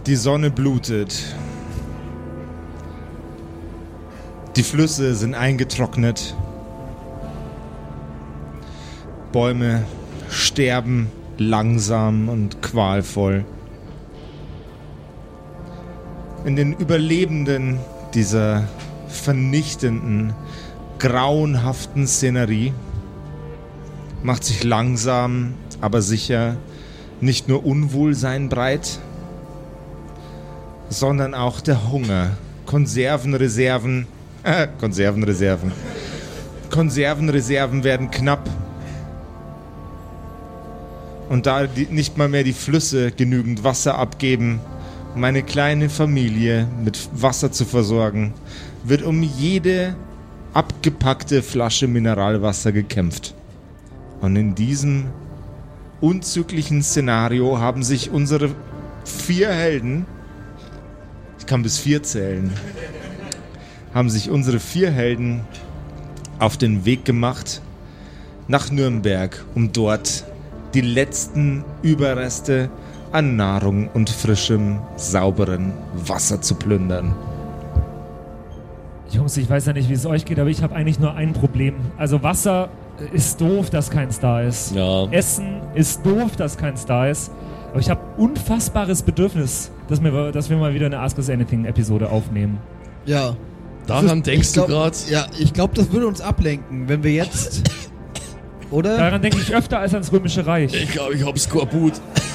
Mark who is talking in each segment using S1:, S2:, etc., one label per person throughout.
S1: Die Sonne blutet. Die Flüsse sind eingetrocknet. Bäume sterben langsam und qualvoll. In den Überlebenden dieser vernichtenden, grauenhaften Szenerie macht sich langsam, aber sicher nicht nur Unwohlsein breit, sondern auch der Hunger. Konservenreserven werden knapp. Und da nicht mal mehr die Flüsse genügend Wasser abgeben, um eine kleine Familie mit Wasser zu versorgen, wird um jede abgepackte Flasche Mineralwasser gekämpft. Und in diesem unzüglichen Szenario haben sich unsere 4 Helden, ich kann bis 4 zählen, auf den Weg gemacht nach Nürnberg, um dort die letzten Überreste an Nahrung und frischem, sauberen Wasser zu plündern.
S2: Jungs, ich weiß ja nicht, wie es euch geht, aber ich habe eigentlich nur ein Problem. Also Wasser ist doof, dass keins da ist.
S3: Ja.
S2: Essen ist doof, dass keins da ist. Aber ich habe unfassbares Bedürfnis, dass wir mal wieder eine Ask Us Anything-Episode aufnehmen.
S4: Ja.
S3: Daran denkst du gerade?
S4: Ja, ich glaube, das würde uns ablenken, wenn wir jetzt... Oder?
S2: Daran denke ich öfter als ans Römische Reich.
S3: Ich glaube, ich hab's Skorbut.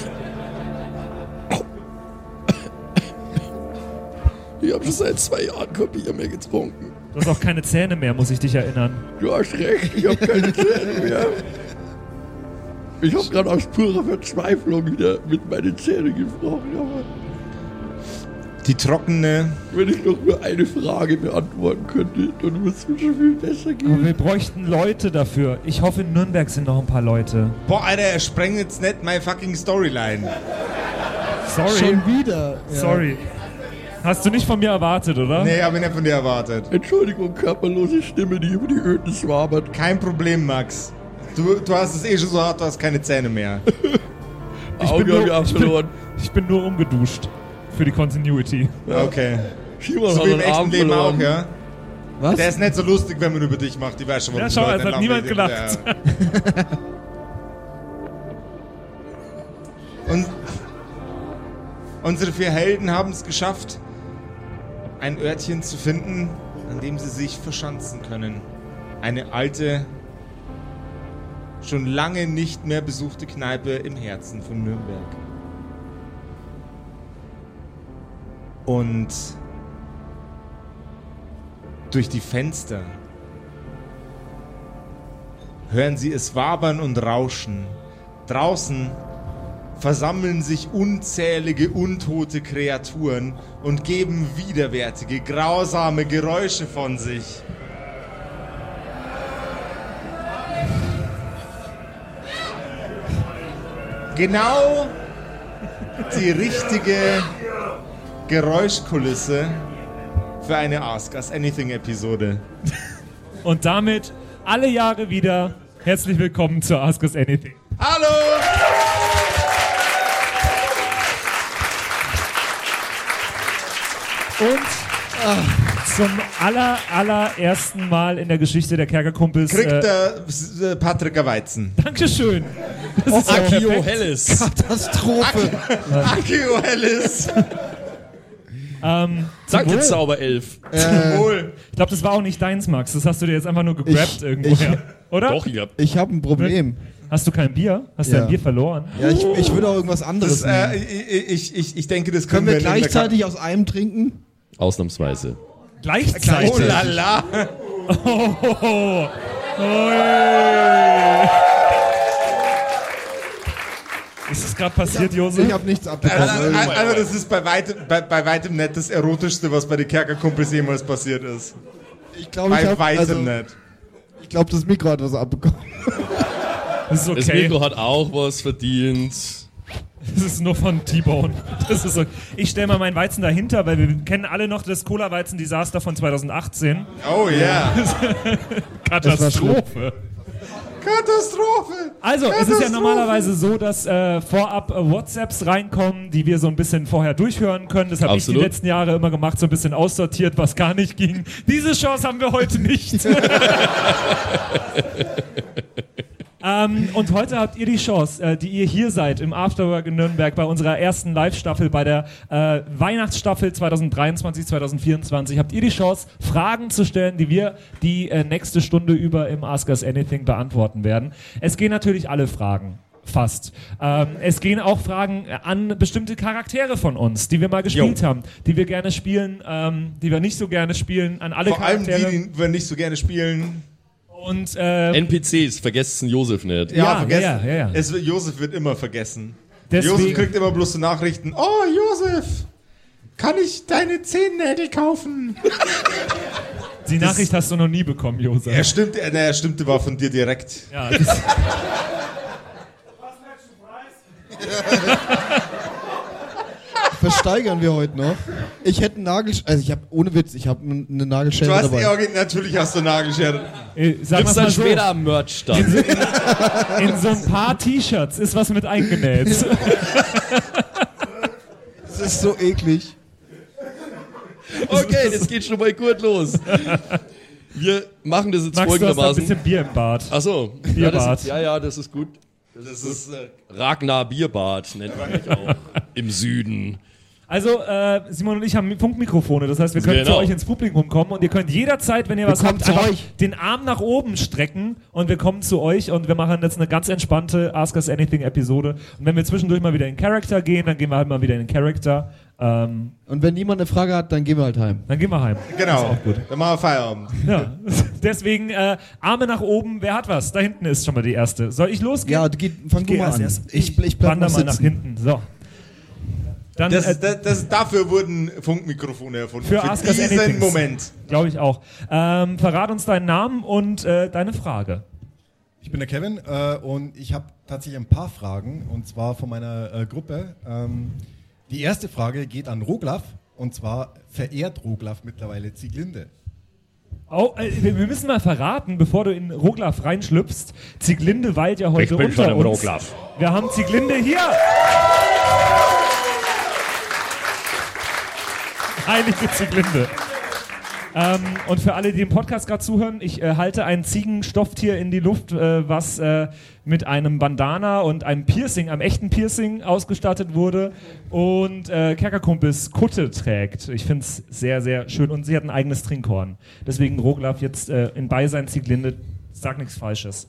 S3: Ich habe schon seit 2 Jahren kein Bier mehr getrunken.
S2: Du hast auch keine Zähne mehr, muss ich dich erinnern.
S3: Du hast recht, ich habe keine Zähne mehr. Ich habe gerade aus purer Verzweiflung wieder mit meinen Zähnen gesprochen. Aber
S1: Die trockene...
S3: wenn ich noch nur eine Frage beantworten könnte, dann würde es mir schon viel besser gehen.
S2: Aber wir bräuchten Leute dafür. Ich hoffe, in Nürnberg sind noch ein paar Leute.
S1: Boah, Alter, er sprengt jetzt nicht meine fucking Storyline.
S2: Sorry.
S4: Schon wieder. Ja.
S2: Sorry. Hast du nicht von mir erwartet, oder?
S1: Nee, hab ich nicht von dir erwartet.
S3: Entschuldigung, körperlose Stimme, die über die Öden schwabert.
S1: Kein Problem, Max. Du hast es eh schon so hart, du hast keine Zähne mehr.
S2: Ich bin nur umgeduscht. Für die Continuity.
S3: Ja.
S1: Okay.
S3: Simon
S1: So
S3: hat
S1: wie im
S3: einen
S1: echten
S3: Arm
S1: Leben
S3: verloren.
S1: auch, ja?
S4: Was?
S1: Der ist nicht so lustig, wenn man über dich macht. Ich weiß schon,
S2: Ja,
S1: die
S2: schau,
S1: Leute
S2: es hat
S1: lachen
S2: niemand
S1: mit dir.
S2: gelacht.
S1: Ja. Und unsere 4 Helden haben es geschafft, ein Örtchen zu finden, an dem sie sich verschanzen können. Eine alte, schon lange nicht mehr besuchte Kneipe im Herzen von Nürnberg. Und durch die Fenster hören sie es wabern und rauschen. Draußen versammeln sich unzählige untote Kreaturen und geben widerwärtige, grausame Geräusche von sich. Genau die richtige Geräuschkulisse für eine Ask Us Anything Episode.
S2: Und damit alle Jahre wieder herzlich willkommen zur Ask Us Anything.
S1: Hallo!
S2: Und zum allerersten Mal in der Geschichte der Kerkerkumpels
S1: Kriegt der Patricker Weizen.
S2: Dankeschön. Das ist ja
S3: Akio
S2: perfekt.
S3: Helles.
S4: Katastrophe.
S1: Akio Helles.
S3: Danke, Zauberelf.
S1: Zum Wohl.
S2: Ich glaube, das war auch nicht deins, Max. Das hast du dir jetzt einfach nur gegrabt irgendwoher. Oder?
S3: Doch, ich hab.
S4: Ich habe ein Problem.
S2: Hast du kein Bier? Hast du
S4: Ja.
S2: dein Bier verloren?
S4: Ja, ich würde auch irgendwas anderes
S1: Das,
S4: nehmen.
S1: ich denke, das
S4: Können wir
S1: in der
S4: gleichzeitig aus einem trinken?
S3: Ausnahmsweise.
S2: Gleichzeitig.
S1: Oh la la.
S2: Oh. Ist das gerade passiert, Josef?
S4: Ich habe nichts abbekommen.
S1: Also das ist bei weitem nicht das Erotischste, was bei den Kerkerkumpels jemals passiert ist.
S4: Ich glaube,
S1: Bei weitem nicht.
S4: Ich glaube, das Mikro hat was abbekommen.
S2: Das ist
S3: Das
S2: okay.
S3: Mikro hat auch was verdient.
S2: Das ist nur von T-Bone. Das ist okay. Ich stelle mal meinen Weizen dahinter, weil wir kennen alle noch das Cola-Weizen-Desaster von 2018.
S1: Oh yeah.
S2: Katastrophe.
S1: Katastrophe!
S2: Also, es ist ja normalerweise so, dass vorab WhatsApps reinkommen, die wir so ein bisschen vorher durchhören können. Das habe ich die letzten Jahre immer gemacht, so ein bisschen aussortiert, was gar nicht ging. Diese Chance haben wir heute nicht. Und heute habt ihr die Chance, die ihr hier seid im Afterwork in Nürnberg bei unserer ersten Live-Staffel, bei der Weihnachtsstaffel 2023-2024, habt ihr die Chance, Fragen zu stellen, die wir die nächste Stunde über im Ask Us Anything beantworten werden. Es gehen natürlich alle Fragen. Fast. Es gehen auch Fragen an bestimmte Charaktere von uns, die wir mal gespielt haben, die wir gerne spielen, die wir nicht so gerne spielen, an alle Charaktere.
S1: Vor allem die wir nicht so gerne spielen.
S2: Und,
S5: NPCs, vergessen Josef nicht.
S1: Ja, vergessen.
S2: Ja.
S1: Josef wird immer vergessen.
S2: Deswegen,
S1: Josef kriegt immer bloß so Nachrichten. Oh, Josef, kann ich deine Zehennägel kaufen?
S2: Die Nachricht hast du noch nie bekommen, Josef.
S1: Er stimmte, war von dir direkt.
S2: Ja,
S4: Versteigern wir heute noch. Ich hätte einen Nagelschere, also ich habe ohne Witz, ich habe eine Nagelschere
S1: Du hast
S4: dabei.
S1: natürlich hast du Nagelschere.
S2: Sag
S5: Gibt's
S2: mal
S5: dann
S2: so,
S5: später am Merch-Stand.
S2: in so ein paar T-Shirts ist was mit eingenäht.
S4: Das ist so eklig.
S5: Okay, das geht schon mal gut los. Wir machen das jetzt
S2: Max, du hast ein
S5: folgendermaßen.
S2: bisschen Bier im Bad.
S5: Achso,
S2: Bierbad.
S5: das ist gut. Das ist Ragnar Bierbad, nennt man mich auch. Im Süden.
S2: Also, Simon und ich haben Funkmikrofone, das heißt, wir können zu euch ins Publikum kommen und ihr könnt jederzeit, wenn ihr was habt, einfach den Arm nach oben strecken und wir kommen zu euch und wir machen jetzt eine ganz entspannte Ask Us Anything Episode. Und wenn wir zwischendurch mal wieder in Character gehen, dann gehen wir halt mal wieder in Character.
S4: Und wenn niemand eine Frage hat, dann gehen wir halt heim.
S2: Dann gehen wir heim.
S1: Genau,
S2: Das ist auch gut.
S1: dann machen wir Feierabend.
S2: Ja. Deswegen Arme nach oben, wer hat was? Da hinten ist schon mal die erste. Soll ich losgehen?
S4: Ja, fang du mal an. Ich bleib
S2: wander
S4: mal
S2: mal nach
S4: sitzen.
S2: hinten. So. Dann,
S1: Dafür wurden Funkmikrofone erfunden.
S2: Für Ask Us
S1: diesen
S2: Anything.
S1: Moment.
S2: Glaube ich auch. Verrat uns deinen Namen und deine Frage.
S6: Ich bin der Kevin und ich habe tatsächlich ein paar Fragen und zwar von meiner Gruppe. Die erste Frage geht an Roglaf und zwar verehrt Roglaf mittlerweile Zieglinde?
S2: Oh, wir müssen mal verraten, bevor du in Roglaf reinschlüpfst, Zieglinde weilt ja heute unter
S5: schon im
S2: uns.
S5: Roglaf.
S2: Wir haben Zieglinde hier. Heilige Zieglinde. Und für alle, die im Podcast gerade zuhören, ich halte ein Ziegenstofftier in die Luft, was mit einem Bandana und einem Piercing, einem echten Piercing ausgestattet wurde und Kerkerkumpels Kutte trägt. Ich finde es sehr, sehr schön und sie hat ein eigenes Trinkhorn. Deswegen Roglaf jetzt in Beisein Zieglinde, sag nichts Falsches.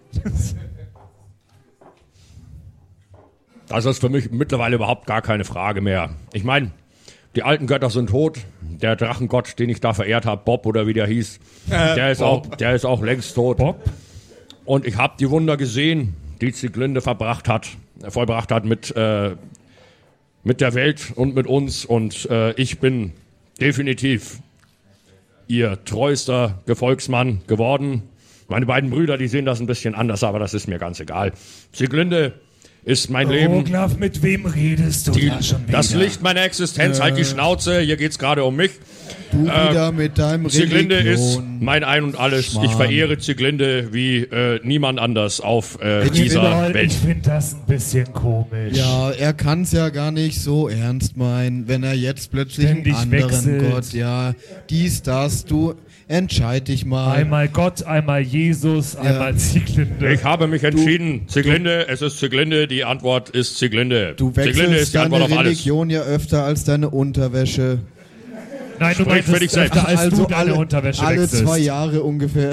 S5: Das ist für mich mittlerweile überhaupt gar keine Frage mehr. Ich meine, die alten Götter sind tot. Der Drachengott, den ich da verehrt habe, Bob oder wie der hieß, der ist auch längst tot.
S2: Bob?
S5: Und ich habe die Wunder gesehen, die Zieglinde vollbracht hat mit der Welt und mit uns. Und ich bin definitiv ihr treuester Gefolgsmann geworden. Meine beiden Brüder, die sehen das ein bisschen anders, aber das ist mir ganz egal. Zieglinde ist mein Leben.
S2: Roglaf, mit wem redest du da schon wieder?
S5: Das Licht meiner Existenz, halt die Schnauze, hier geht's gerade um mich.
S4: Du wieder mit deinem
S5: Zieglinde ist
S4: Religion.
S5: mein Ein und Alles.
S4: Schmarrn.
S5: Ich verehre Zieglinde wie niemand anders auf dieser Welt.
S2: Ich finde das ein bisschen komisch.
S4: Ja, er kann es ja gar nicht so ernst meinen, wenn er jetzt plötzlich
S2: Ständig
S4: einen anderen
S2: wechselt.
S4: Gott, ja, du entscheid dich mal.
S2: Einmal Gott, einmal Jesus, einmal Zieglinde.
S5: Ich habe mich entschieden. Zieglinde, es ist Zieglinde, die Antwort ist Zieglinde.
S4: Du
S5: Zieglinde
S4: wechselst
S5: ist die Antwort
S4: deine
S5: auf alles.
S4: Religion ja öfter als deine Unterwäsche.
S2: Nein, du
S5: Sprich für dich
S2: meinst
S5: selbst.
S2: öfter, als du deine Unterwäsche
S4: alle
S2: wechselst.
S4: 2 Jahre ungefähr.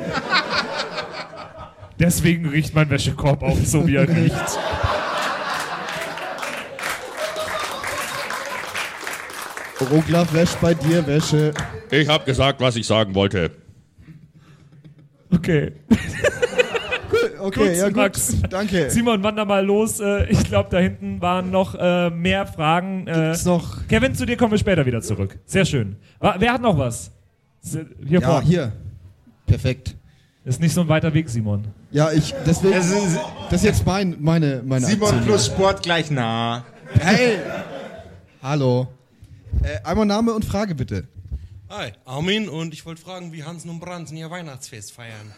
S2: Deswegen riecht mein Wäschekorb auch so, wie er riecht.
S4: Roglaf wäscht bei dir Wäsche.
S5: Ich habe gesagt, was ich sagen wollte.
S2: Okay.
S4: Okay,
S2: Gut,
S4: ja gut.
S2: Max.
S4: Danke.
S2: Simon, wander mal los. Ich glaube, da hinten waren noch mehr Fragen.
S4: Gibt's noch?
S2: Kevin, zu dir kommen wir später wieder zurück. Sehr schön. Wer hat noch was? Hier
S4: Ja,
S2: vorne.
S4: hier. Perfekt.
S2: Ist nicht so ein weiter Weg, Simon.
S4: Ja, deswegen. Das ist jetzt meine
S1: Simon
S4: Aktion.
S1: plus Sport gleich nah.
S4: Hey! Hallo. Einmal Name und Frage bitte.
S7: Hi, Armin, und ich wollte fragen, wie Hansen und Bransen ihr Weihnachtsfest feiern.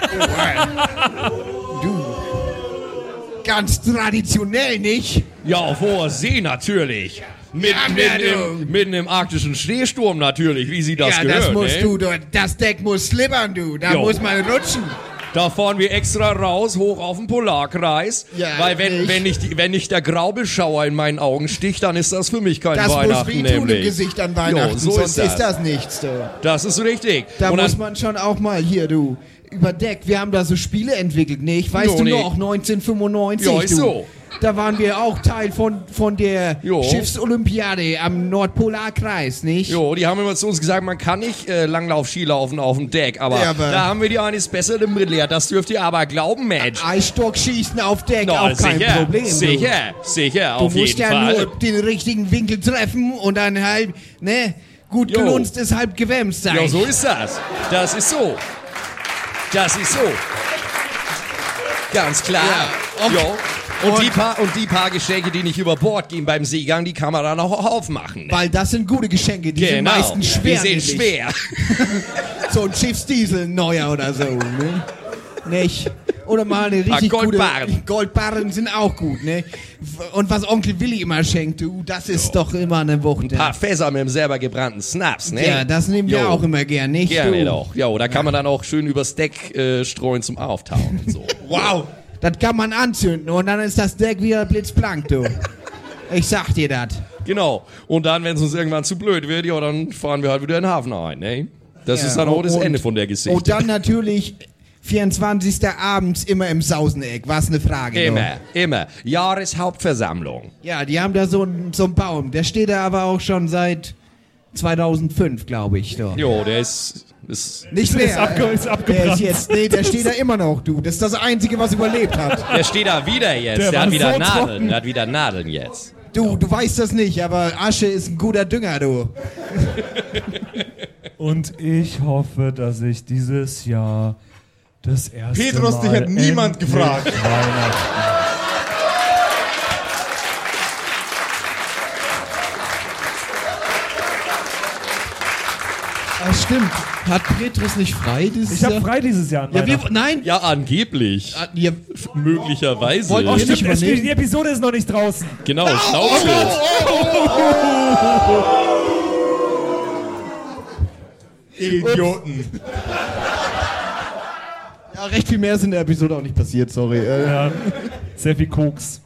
S8: Ganz traditionell, nicht?
S5: Ja, auf hoher See natürlich. Mitten im arktischen Schneesturm natürlich, wie sie das
S8: Ja,
S5: gehört.
S8: das musst
S5: ne?
S8: du, das Deck muss slippern, du. Da
S5: Jo.
S8: muss man rutschen.
S5: Da fahren wir extra raus, hoch auf den Polarkreis.
S8: Ja,
S5: weil
S8: nicht.
S5: wenn nicht der Graubelschauer in meinen Augen sticht, dann ist das für mich kein
S8: Das muss
S5: Weihnachten.
S8: wehtun im
S5: nämlich.
S8: Gesicht an Weihnachten,
S5: Jo, so
S8: sonst
S5: ist das.
S8: nichts, du.
S5: Das ist richtig.
S8: Da
S5: Und
S8: muss
S5: dann,
S8: man schon auch mal hier, du, überdeckt. Wir haben da so Spiele entwickelt, nicht? Weißt
S5: Jo,
S8: du
S5: nee.
S8: noch, 1995,
S5: Ja, ist
S8: du.
S5: so.
S8: Da waren wir auch Teil von der
S5: Jo.
S8: Schiffsolympiade am Nordpolarkreis, nicht?
S5: jo, die haben immer zu uns gesagt, man kann nicht Langlauf-Ski laufen auf dem Deck, aber,
S8: Ja, aber-
S5: da haben wir die eines Besseren belehrt. Das dürft ihr aber glauben, Mensch.
S8: Eisstockschießen auf Deck,
S5: Na,
S8: auch kein
S5: sicher,
S8: Problem. Du.
S5: sicher,
S8: Du
S5: auf
S8: musst
S5: jeden
S8: ja
S5: Fall.
S8: nur den richtigen Winkel treffen und dann halt, ne, gut
S5: Jo.
S8: gelunzt ist halb gewämst sein.
S5: Ja, so ist das. Das ist so. Das ist so. Ganz klar.
S8: Ja, okay.
S5: Jo. Und die paar Geschenke, die nicht über Bord gehen beim Seegang, die kann man dann auch aufmachen. Ne?
S8: Weil das sind gute Geschenke, die sind meistens schwer.
S5: Die sind
S8: nämlich.
S5: schwer.
S8: So ein Schiffsdiesel, ein neuer oder so, ne? Nicht? Oder mal eine richtig
S5: Goldbarren.
S8: gute... Goldbarren sind auch gut, ne? Und was Onkel Willi immer schenkt, du, das ist doch immer eine Wucht.
S5: Ein paar Fässer mit dem selber gebrannten Snaps, ne?
S8: Ja, das nehmen wir
S5: Jo.
S8: auch immer gern, nicht?
S5: Gerne
S8: du?
S5: doch. Ja, da kann man dann auch schön übers Deck streuen zum Auftauen und so.
S8: Wow! Das kann man anzünden und dann ist das Deck wieder blitzblank, du. Ich sag dir das.
S5: Genau. Und dann, wenn es uns irgendwann zu blöd wird, ja, dann fahren wir halt wieder in den Hafen ein, ne? Das
S8: Ja,
S5: ist dann auch das
S8: und-
S5: Ende von der Geschichte.
S8: Und dann natürlich 24. abends immer im Sauseneck. Was eine Frage. du.
S5: Immer. Jahreshauptversammlung.
S8: Ja, die haben da so einen Baum. Der steht da aber auch schon seit 2005, glaube ich. So.
S5: Jo, der ist
S8: Nicht mehr.
S2: Ist
S8: Der
S2: abgebrannt.
S8: ist jetzt, nee, der steht da immer noch, du. Das ist das Einzige, was überlebt hat.
S5: der steht da wieder jetzt.
S2: Der
S5: Der
S2: war
S5: hat wieder
S2: so
S5: Nadeln.
S2: trocken.
S5: Der hat wieder Nadeln jetzt.
S8: Du weißt das nicht, aber Asche ist ein guter Dünger, du.
S2: Und ich hoffe, dass ich dieses Jahr das erste
S1: Petrus,
S2: Mal
S1: dich hat niemand
S2: endlich
S1: gefragt.
S2: Weihnachten.
S4: Ah, stimmt. Hat Petrus nicht frei dieses
S2: Ich habe
S4: Jahr?
S2: frei dieses Jahr. an
S4: Ja, wir,
S2: Weihnachten.
S4: nein.
S5: Ja, angeblich.
S4: Ah, ja,
S5: Möglicherweise.
S4: Wollten
S2: Oh,
S4: wir
S2: stimmt,
S4: nicht übernehmen?
S2: die Episode ist noch nicht draußen.
S5: Genau, Schnauze.
S1: Idioten.
S4: ja, recht viel mehr ist in der Episode auch nicht passiert, sorry.
S2: Ja, sehr viel Koks.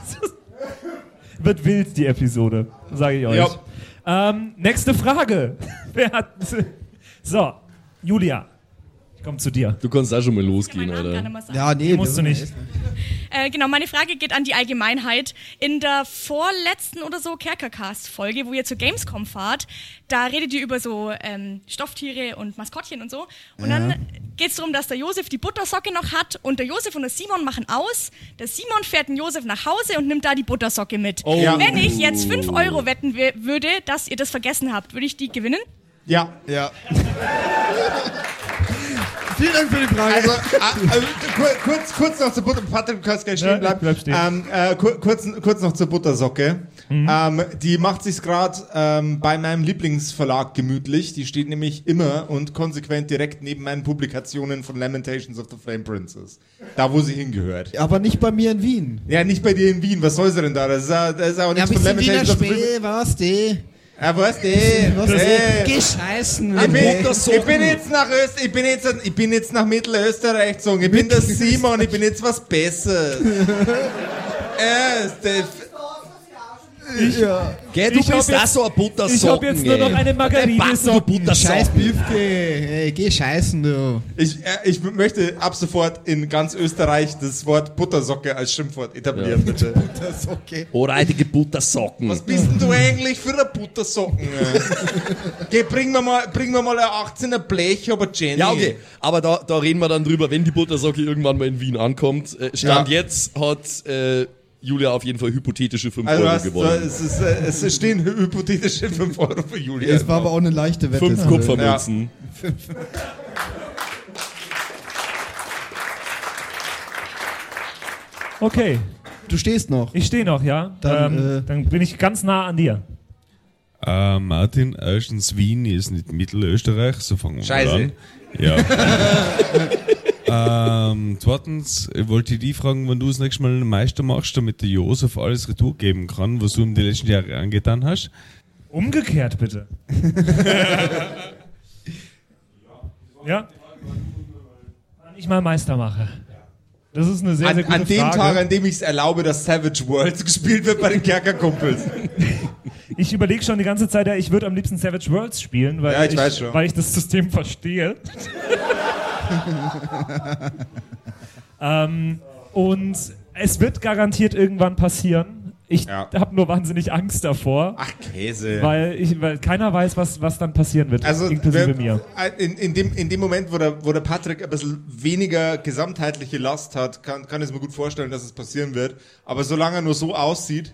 S2: Wird wild, die Episode, sage ich euch.
S1: Ja.
S2: Nächste Frage. Wer hat... So, Julia, ich komme zu dir.
S5: Du kannst da schon mal losgehen,
S9: Meinen Namen gar
S5: Alter.
S9: nicht mehr sagen.
S4: Ja, nee.
S2: Musst du nicht.
S9: Genau, meine Frage geht an die Allgemeinheit. In der vorletzten oder so Kerkercast-Folge, wo ihr zur Gamescom fahrt, da redet ihr über so Stofftiere und Maskottchen und so. Und dann geht es darum, dass der Josef die Buttersocke noch hat und der Josef und der Simon machen aus. Der Simon fährt den Josef nach Hause und nimmt da die Buttersocke mit.
S5: Oh.
S1: Ja.
S9: Wenn ich jetzt 5 Euro wetten würde, dass ihr das vergessen habt, würde ich die gewinnen?
S1: Ja.
S4: Ja. Vielen Dank für die Frage.
S1: Also, kurz noch zur Butter. Patrick, du kannst gleich stehen
S2: Ja,
S1: bleiben.
S2: bleib stehen.
S1: Kurz noch zur Buttersocke. Die macht sich's gerade bei meinem Lieblingsverlag gemütlich. Die steht nämlich immer und konsequent direkt neben meinen Publikationen von Lamentations of the Flame Princess. Da, wo sie hingehört.
S4: Aber nicht bei mir in Wien.
S1: Ja, nicht bei dir in Wien. Was soll sie denn da? Das ist auch
S8: Ja,
S1: nichts von
S8: bisschen Wiener
S1: Lamentations of the Flame
S8: Spiel, was die?
S1: Ja, was die?
S8: Geh scheißen.
S1: Ich bin jetzt nach Mittelösterreich gezogen. Ich bin der Simon, ich bin jetzt was Besseres.
S5: Gell, du
S2: Ich hab
S5: bist
S2: jetzt-
S5: da so ein Buttersocken,
S2: Ich habe jetzt nur noch eine Margarine-Socken.
S8: Scheiß Büfke. Hey, geh scheißen, du.
S1: Ich möchte ab sofort in ganz Österreich das Wort Buttersocke als Schimpfwort etablieren, bitte.
S8: Das ist okay.
S5: Oreidige Buttersocken.
S1: Was bist denn du eigentlich für ein Buttersocken? Geh, bring mir mal ein 18er Blech, aber Jenny.
S5: Ja, okay. Aber da reden wir dann drüber, wenn die Buttersocke irgendwann mal in Wien ankommt. Stand jetzt hat Julia auf jeden Fall hypothetische 5
S1: Also
S5: Euro gewonnen.
S1: es stehen hypothetische 5 Euro für Julia.
S4: Es war aber auch eine leichte Wette.
S5: 5 Kupfermünzen.
S2: Okay,
S4: Du stehst noch.
S2: ich stehe noch, ja?
S4: Dann,
S2: Dann bin ich ganz nah an dir.
S10: Martin, erstens, Wien ist nicht Mittelösterreich, so fangen wir
S1: Scheiße.
S10: mal an. Ja. Zweitens, wollte ich die fragen, wann du das nächste Mal einen Meister machst, damit der Josef alles retour geben kann, was du ihm die letzten Jahre angetan hast.
S2: Umgekehrt, bitte. Ja? Wann ich mal Meister mache. Das ist eine sehr, sehr gute
S1: Frage. An dem
S2: Frage.
S1: Tag, an dem ich es erlaube, dass Savage Worlds gespielt wird bei den Kerkerkumpels.
S2: Ich überlege schon die ganze Zeit, ich würde am liebsten Savage Worlds spielen, weil, weil ich das System verstehe. Und es wird garantiert irgendwann passieren. Ich habe nur wahnsinnig Angst davor.
S1: Ach, Käse.
S2: Weil keiner weiß, was dann passieren wird,
S1: also
S2: inklusive mir.
S1: In dem Moment, wo der Patrick ein bisschen weniger gesamtheitliche Last hat, kann ich mir gut vorstellen, dass es passieren wird. Aber solange er nur so aussieht...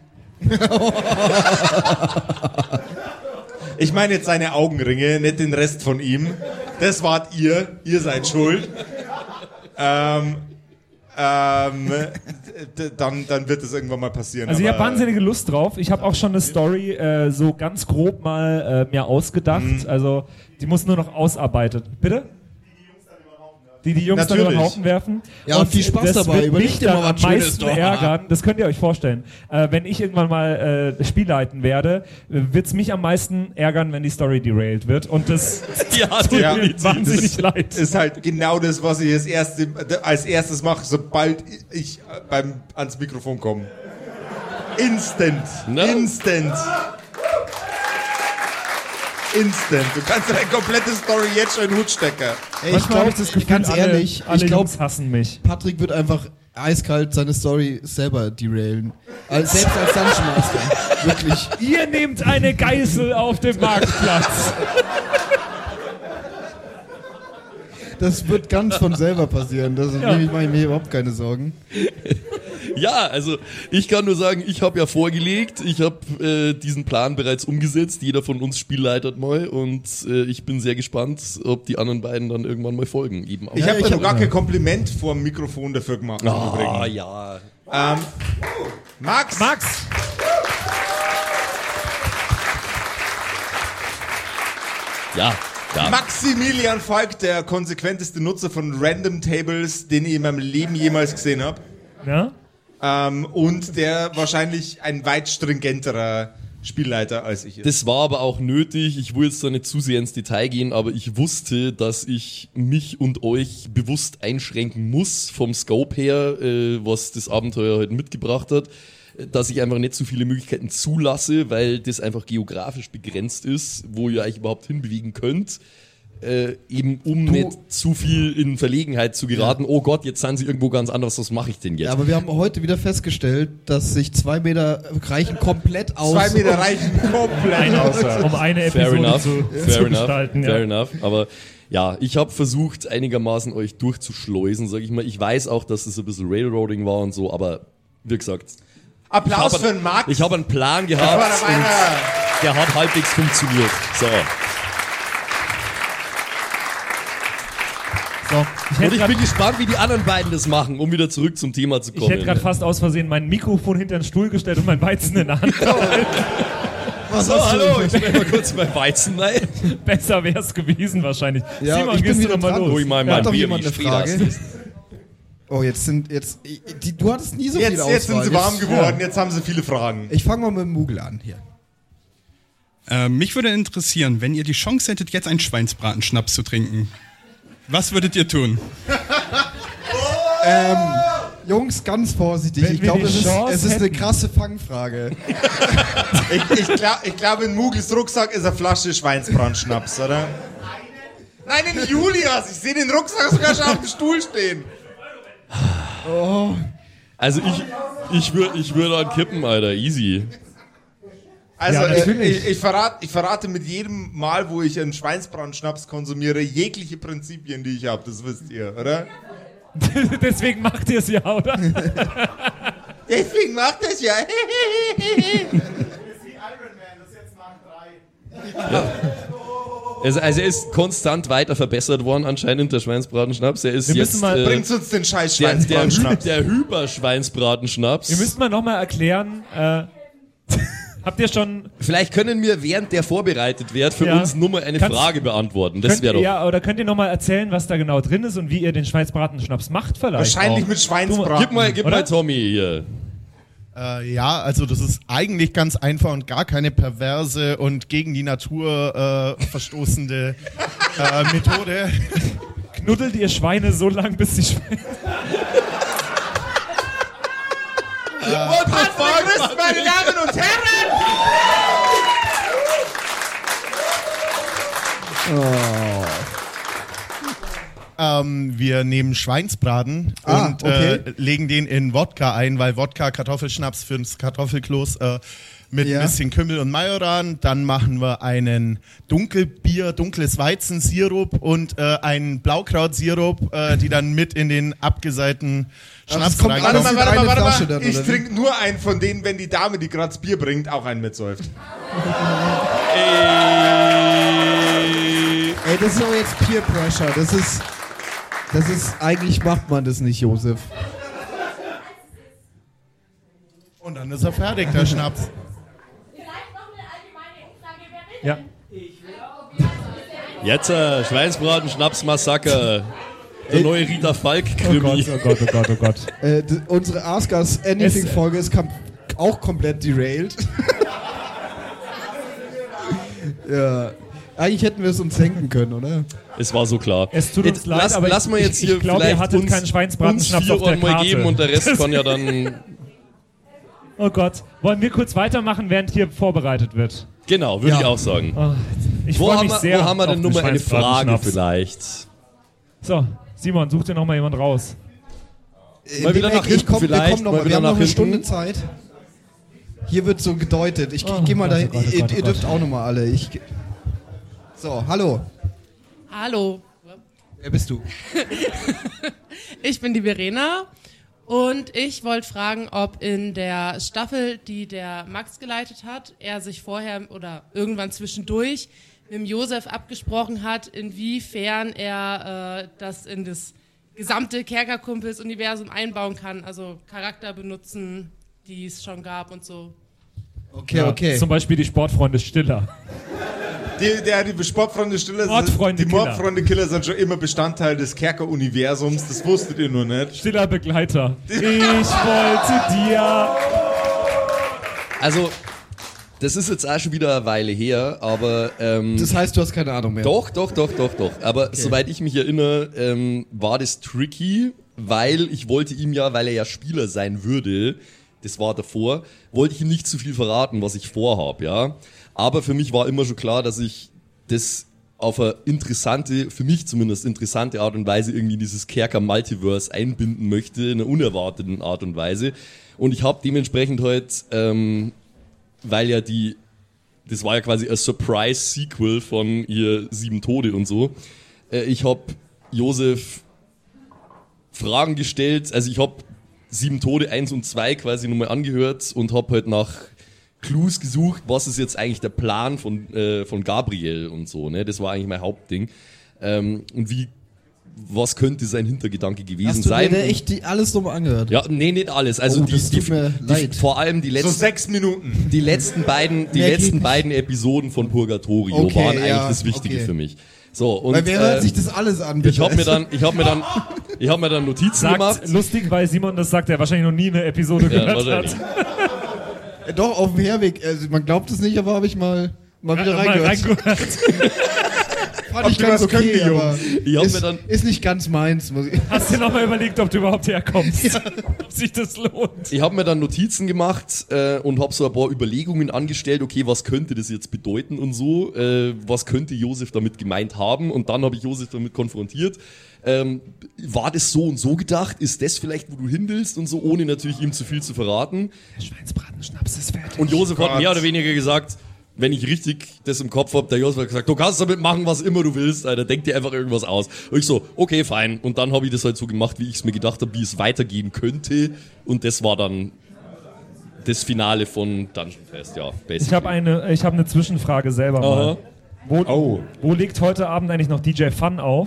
S1: Ich meine jetzt seine Augenringe, nicht den Rest von ihm. Das wart ihr seid schuld. Dann wird es irgendwann mal passieren.
S2: Also ich habe wahnsinnige Lust drauf. Ich habe auch schon eine Story so ganz grob mal mir ausgedacht. Also die muss nur noch ausarbeitet. Bitte? Die Jungs dann über den Haufen werfen.
S8: Ja, und viel Spaß dabei.
S2: Überlegt mich dann am meisten ärgern. Das könnt ihr euch vorstellen. Wenn ich irgendwann mal Spiel leiten werde, wird es mich am meisten ärgern, wenn die Story derailed wird. Und das tut mir wahnsinnig leid.
S1: Ist halt genau das, was ich als erstes mache, sobald ich ans Mikrofon komme. Instant. Du kannst deine komplette Story jetzt schon in den Hut stecken.
S4: Ey, ich glaube, ganz ehrlich,
S2: alle Jungs hassen mich.
S4: Patrick wird einfach eiskalt seine Story selber derailen. Selbst als Dungeon Master. Wirklich.
S2: Ihr nehmt eine Geißel auf dem Marktplatz.
S4: Das wird ganz von selber passieren. Das mache ich mir überhaupt keine Sorgen.
S3: Ja, also ich kann nur sagen, ich habe ja vorgelegt, ich habe diesen Plan bereits umgesetzt, jeder von uns spielleitet mal und ich bin sehr gespannt, ob die anderen beiden dann irgendwann mal folgen. Eben auch.
S1: Ich habe noch gar kein Kompliment vor dem Mikrofon dafür gemacht.
S3: Ah, ja.
S1: Max!
S3: Ja.
S1: Maximilian Falk, der konsequenteste Nutzer von Random Tables, den ich in meinem Leben jemals gesehen habe.
S2: Ja?
S1: Und der wahrscheinlich ein weit stringenterer Spielleiter als ich ist.
S3: Das war aber auch nötig. Ich will jetzt da nicht zu sehr ins Detail gehen, aber ich wusste, dass ich mich und euch bewusst einschränken muss vom Scope her, was das Abenteuer heute mitgebracht hat. Dass ich einfach nicht so viele Möglichkeiten zulasse, weil das einfach geografisch begrenzt ist, wo ihr euch überhaupt hinbewegen könnt. Eben nicht zu viel in Verlegenheit zu geraten, oh Gott, jetzt sind sie irgendwo ganz anders, was mache ich denn jetzt?
S4: Ja, aber wir haben heute wieder festgestellt, dass sich 2 Meter reichen komplett aus.
S1: 2 Meter reichen komplett aus.
S2: Um eine Episode zu gestalten.
S3: Fair enough, aber ja, ich habe versucht, einigermaßen euch durchzuschleusen, sag ich mal. Ich weiß auch, dass es ein bisschen Railroading war und so, aber wie gesagt...
S1: Applaus für den Max.
S3: Ich habe einen Plan gehabt und der hat halbwegs funktioniert. So. Und ich bin gespannt, wie die anderen beiden das machen, um wieder zurück zum Thema zu kommen.
S2: Ich hätte gerade fast aus Versehen mein Mikrofon hinter den Stuhl gestellt und mein Weizen in der Hand gehalten.
S3: Hallo, ich stelle mal kurz mein Weizen rein.
S2: Besser wäre es gewesen wahrscheinlich.
S4: Ja,
S2: Simon,
S4: ich bin
S2: gehst du
S4: wieder
S2: doch mal
S4: dran.
S2: los.
S3: Oh, ich meine, mein
S4: doch
S3: Bier,
S4: jemand
S3: wie
S4: eine
S3: spät
S4: Frage?
S3: das ist.
S4: Oh, du hattest nie so viel Auswahl.
S1: Jetzt sind sie warm geworden, jetzt haben sie viele Fragen.
S4: Ich fange mal mit dem Mugel an hier.
S11: Mich würde interessieren, wenn ihr die Chance hättet, jetzt einen Schweinsbratenschnaps zu trinken, was würdet ihr tun?
S4: Jungs, ganz vorsichtig. Ich glaube, es ist eine krasse Fangfrage.
S1: Ich glaube, in Mugels Rucksack ist eine Flasche Schweinsbrandschnaps, oder? Nein, in Julias. Ich sehe den Rucksack sogar schon auf dem Stuhl stehen.
S4: Oh.
S3: Also ich würde an kippen, Alter, easy.
S1: Also
S2: Ja,
S1: ich verrate mit jedem Mal, wo ich einen Schweinsbrandschnaps konsumiere, jegliche Prinzipien, die ich habe. Das wisst ihr, oder?
S2: Deswegen macht ihr es ja, oder?
S1: Deswegen macht es ja.
S3: Also er ist konstant weiter verbessert worden anscheinend, der Schweinsbratenschnaps. Er ist
S2: Wir
S3: jetzt
S2: müssen mal-
S1: Bringt uns den scheiß Schweinsbrandschnaps.
S3: der Hyper-Schweinsbratenschnaps.
S2: Wir müssen mal nochmal erklären, Habt ihr schon...
S3: Vielleicht können wir, während der vorbereitet wird, für uns nur mal eine Frage beantworten. Das wäre doch...
S2: Ja, oder könnt ihr nochmal erzählen, was da genau drin ist und wie ihr den Schweinsbratenschnaps macht vielleicht?
S1: Wahrscheinlich
S2: auch.
S1: mit Schweinsbraten.
S3: Gib mal Tommy hier.
S12: Ja, also das ist eigentlich ganz einfach und gar keine perverse und gegen die Natur verstoßende Methode.
S2: Knuddelt ihr Schweine so lang, bis die Schweine...
S1: Und begrüßt, meine Damen und Herren!
S12: Wir nehmen Schweinsbraten und legen den in Wodka ein, weil Wodka Kartoffelschnaps fürs Kartoffelkloß mit ein bisschen Kümmel und Majoran. Dann machen wir einen dunkles Weizensirup und einen Blaukrautsirup, die dann mit in den abgeseilten Schnaps reinkommen.
S1: Warte mal. Ich trinke nur einen von denen, wenn die Dame, die gerade das Bier bringt, auch einen mitsäuft.
S8: Ey, das ist doch jetzt Peer Pressure. Das ist, eigentlich macht man das nicht, Josef.
S12: Und dann ist er fertig, der Schnaps.
S2: Ja.
S3: Jetzt Schweinsbraten, Schnapsmassaker. Der neue Rita Falk-Krimi.
S2: Oh Gott.
S8: Unsere Ask Us Anything-Folge ist auch komplett derailed. Ja. Eigentlich hätten wir es uns denken können, oder?
S3: Es war so klar.
S2: Es tut uns leid, aber
S3: lass mal jetzt hier
S2: ich glaube, ihr hattet keinen Schweinsbratenschnaps auf der Karte.
S3: Geben und der Rest kann ja dann...
S2: Oh Gott. Wollen wir kurz weitermachen, während hier vorbereitet wird?
S3: Genau, würde ich auch sagen.
S2: Oh, ich freue mich sehr.
S3: Wo haben wir denn nur mal eine Frage vielleicht?
S2: So, Simon, such dir noch mal jemand raus.
S3: Mal wieder nach hinten vielleicht.
S8: Wir haben noch eine Stunde Zeit. Hier wird so gedeutet. Ich geh mal dahin. Ihr dürft auch noch mal alle. So, hallo.
S13: Hallo.
S8: Wer bist du?
S13: Ich bin die Verena und ich wollte fragen, ob in der Staffel, die der Max geleitet hat, er sich vorher oder irgendwann zwischendurch mit dem Josef abgesprochen hat, inwiefern er das in das gesamte Kerkerkumpels-Universum einbauen kann, also Charakter benutzen, die es schon gab und so.
S8: Okay.
S2: Zum Beispiel die Sportfreunde Stiller.
S1: Die Sportfreunde Killer sind schon immer Bestandteil des Kerker-Universums, das wusstet ihr nur nicht.
S2: Stiller Begleiter. Ich wollte dir...
S3: Also, das ist jetzt auch schon wieder eine Weile her, aber...
S8: das heißt, du hast keine Ahnung mehr.
S3: Doch. Aber soweit ich mich erinnere, war das tricky, weil ich wollte ihm ja, weil er ja Spieler sein würde, das war davor, wollte ich ihm nicht zu viel verraten, was ich vorhabe, ja. Aber für mich war immer schon klar, dass ich das auf eine interessante, für mich zumindest interessante Art und Weise irgendwie in dieses Kerker-Multiverse einbinden möchte, in einer unerwarteten Art und Weise. Und ich habe dementsprechend halt, weil ja das war ja quasi ein Surprise-Sequel von ihr 7 Tode und so, ich habe Josef Fragen gestellt, also ich habe 7 Tode 1 und 2 quasi nochmal angehört und habe halt nach Clues gesucht, was ist jetzt eigentlich der Plan von Gabriel und so, ne? Das war eigentlich mein Hauptding. Und was könnte sein Hintergedanke gewesen sein?
S8: Hast du dir echt alles nochmal angehört?
S3: Ja, nee, nicht alles. Also vor allem die letzten...
S1: So 6 Minuten.
S3: Die letzten beiden Episoden von Purgatorio waren eigentlich das Wichtige für mich. So, und,
S8: weil wer hört sich das alles an? Bitte?
S3: Ich hab mir dann Notizen gemacht.
S2: Lustig, weil Simon das sagt, er wahrscheinlich noch nie eine Episode gehört hat.
S8: Doch, auf dem Herweg. Also man glaubt es nicht, aber habe ich mal wieder reingehört. Fand ich ganz okay, aber ist nicht ganz meins.
S2: Hast du dir nochmal überlegt, ob du überhaupt herkommst? Ob sich das lohnt?
S3: Ich habe mir dann Notizen gemacht und habe so ein paar Überlegungen angestellt, okay, was könnte das jetzt bedeuten und so, was könnte Josef damit gemeint haben, und dann habe ich Josef damit konfrontiert. War das so und so gedacht? Ist das vielleicht, wo du hin willst und so, ohne natürlich ihm zu viel zu verraten?
S2: Der Schweinsbratenschnaps ist fertig.
S3: Und Josef hat mehr oder weniger gesagt, wenn ich richtig das im Kopf habe, der Josef hat gesagt, du kannst damit machen, was immer du willst, Alter, denk dir einfach irgendwas aus. Und ich so, okay, fein. Und dann habe ich das halt so gemacht, wie ich es mir gedacht habe, wie es weitergehen könnte. Und das war dann das Finale von Dungeon Fest, ja. Basically.
S2: Ich hab eine Zwischenfrage selber mal. Wo legt heute Abend eigentlich noch DJ Fun auf?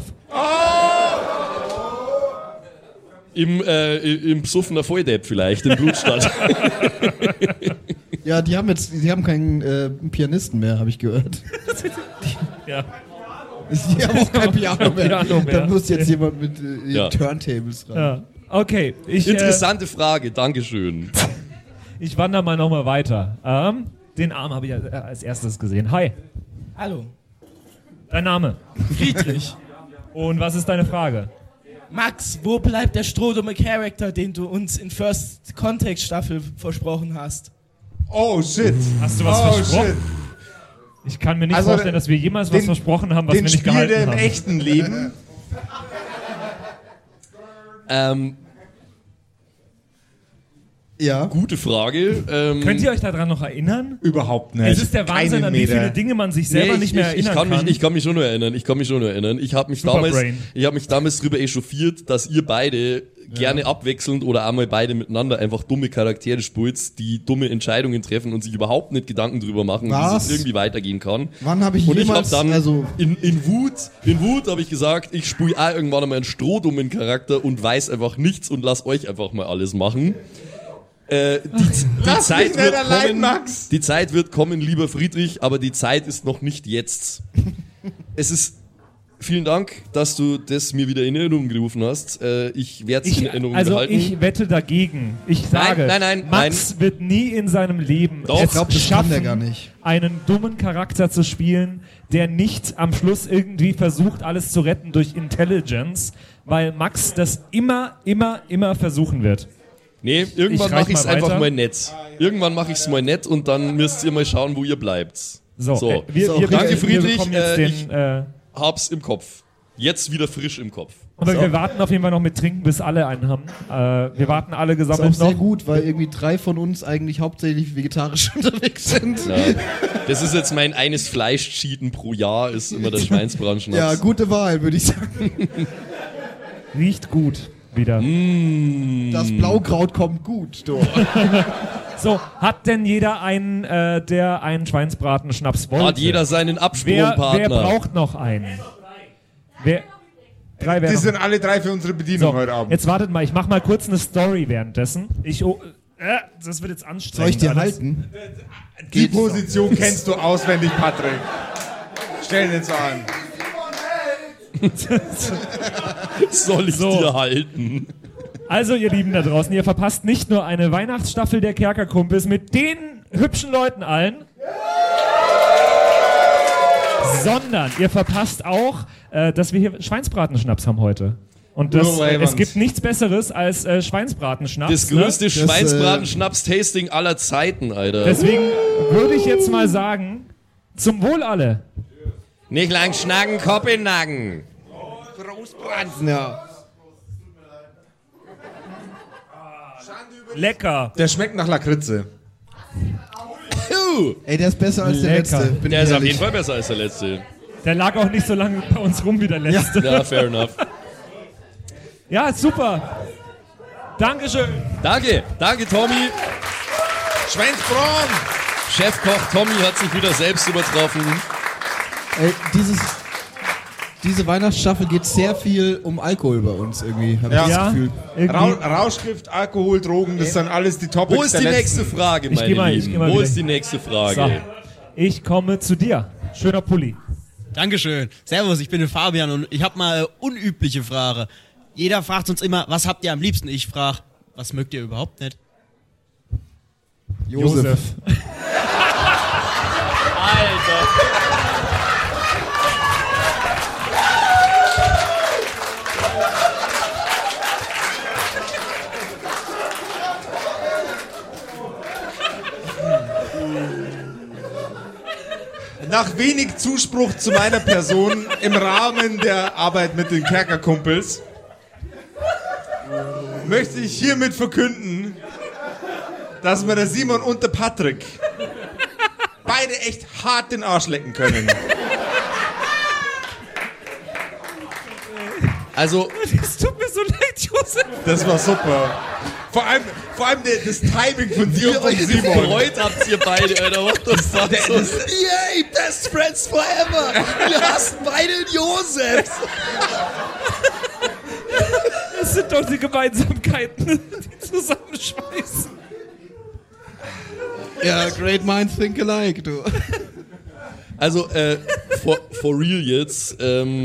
S3: Im Psuffener Volldepp vielleicht, in Blutstadt.
S8: Ja, die haben keinen Pianisten mehr, habe ich gehört.
S2: Ja.
S8: Die haben auch kein Piano mehr. Da muss jetzt jemand mit Turntables ran.
S2: Ja. Okay.
S3: Interessante Frage, Dankeschön.
S2: Ich wandere mal nochmal weiter. Den Arm habe ich als erstes gesehen. Hi.
S14: Hallo.
S2: Dein Name?
S14: Friedrich.
S2: Und was ist deine Frage?
S14: Max, wo bleibt der strohdumme Charakter, den du uns in First Contact Staffel versprochen hast?
S1: Oh shit.
S2: Hast du was versprochen? Shit. Ich kann mir nicht vorstellen, dass wir jemals was versprochen haben, was wir nicht gehalten haben.
S1: Den Spiel im echten Leben.
S3: Ja. Gute Frage.
S2: Könnt ihr euch daran noch erinnern?
S1: Überhaupt nicht.
S2: Es ist der Wahnsinn, an wie viele Dinge man sich selber nicht mehr erinnern kann.
S3: Ich kann mich schon nur erinnern. Ich habe mich damals drüber echauffiert, dass ihr beide gerne abwechselnd oder einmal beide miteinander einfach dumme Charaktere spielt, die dumme Entscheidungen treffen und sich überhaupt nicht Gedanken drüber machen, wie es irgendwie weitergehen kann.
S8: Wann habe ich
S3: und
S8: jemals...
S3: ich habe dann in Wut habe ich gesagt, ich spiele auch irgendwann einmal einen strohdummen Charakter und weiß einfach nichts und lass euch einfach mal alles machen. Die Zeit wird kommen, lieber Friedrich, aber die Zeit ist noch nicht jetzt. Vielen Dank, dass du das mir wieder in Erinnerung gerufen hast. Ich werde es in Erinnerung behalten.
S2: Ich wette dagegen. Ich sage, Max wird nie in seinem Leben schaffen, einen dummen Charakter zu spielen, der nicht am Schluss irgendwie versucht, alles zu retten durch Intelligence, weil Max das immer versuchen wird.
S3: Nee, irgendwann mache ich es einfach mal nett. Irgendwann mache ich es mal nett und dann müsst ihr mal schauen, wo ihr bleibt. So. Danke, Friedrich. Ich hab's im Kopf. Jetzt wieder frisch im Kopf.
S2: Und wir warten auf jeden Fall noch mit Trinken, bis alle einen haben. Wir warten alle gesammelt
S8: noch. Das ist auch sehr gut, weil irgendwie 3 von uns eigentlich hauptsächlich vegetarisch unterwegs sind.
S3: Ja. Das ist jetzt mein eines Fleisch-Cheaten pro Jahr, ist immer der Schweinsbratenschnaps.
S8: Ja, gute Wahl, würde ich sagen.
S2: Riecht gut. Wieder.
S8: Das Blaukraut kommt gut.
S2: So, hat denn jeder einen, der einen Schweinsbraten-Schnaps wollte?
S3: Hat jeder seinen Absprungpartner?
S2: Wer braucht noch einen?
S1: Die sind alle 3 für unsere Bedienung heute Abend.
S2: Jetzt wartet mal, ich mach mal kurz eine Story währenddessen. Das wird jetzt anstrengend.
S8: Soll ich dir halten?
S1: Die Position kennst du auswendig, Patrick. Stell den so an.
S3: Soll ich dir halten?
S2: Also ihr Lieben da draußen, ihr verpasst nicht nur eine Weihnachtsstaffel der Kerkerkumpels mit den hübschen Leuten allen, sondern ihr verpasst auch, dass wir hier Schweinsbratenschnaps haben heute. Und es gibt nichts Besseres als Schweinsbratenschnaps.
S3: Das größte Schweinsbratenschnaps-Tasting aller Zeiten, Alter.
S2: Deswegen würde ich jetzt mal sagen, zum Wohl alle.
S3: Nicht lang schnacken, Kopf in den Nacken.
S8: Großbranzen, ja.
S2: Lecker.
S1: Der schmeckt nach Lakritze.
S8: Ey, der ist besser als der letzte.
S3: Der ist auf jeden Fall besser als der letzte.
S2: Der lag auch nicht so lange bei uns rum wie der letzte.
S3: Ja, fair enough.
S2: Ja, super. Dankeschön.
S3: Danke, Tommy.
S1: Schweinsbraten.
S3: Chefkoch Tommy hat sich wieder selbst übertroffen.
S8: Ey, diese Weihnachtsstaffel geht sehr viel um Alkohol bei uns irgendwie, habe ich das Gefühl.
S1: Rauschgift, Alkohol, Drogen, das sind alles die Topics.
S3: Wo ist die nächste Frage, meine Lieben? Wo ist die nächste Frage?
S2: So. Ich komme zu dir. Schöner Pulli.
S15: Dankeschön. Servus, ich bin der Fabian und ich habe mal eine unübliche Frage. Jeder fragt uns immer, was habt ihr am liebsten? Ich frage, was mögt ihr überhaupt nicht?
S8: Josef.
S3: Alter.
S1: Nach wenig Zuspruch zu meiner Person im Rahmen der Arbeit mit den Kerkerkumpels möchte ich hiermit verkünden, dass mir der Simon und der Patrick beide echt hart den Arsch lecken können.
S3: Also,
S14: es tut mir so leid, Josef.
S1: Das war super. Vor allem das Timing von dir und von Simon.
S3: Gefreut habt ihr beide, Alter. What the fuck?
S15: Yay, best friends forever. Wir hassen beide Josef.
S2: Das sind doch die Gemeinsamkeiten, die zusammenschweißen.
S8: Ja, great minds think alike, du.
S3: Also, for real jetzt.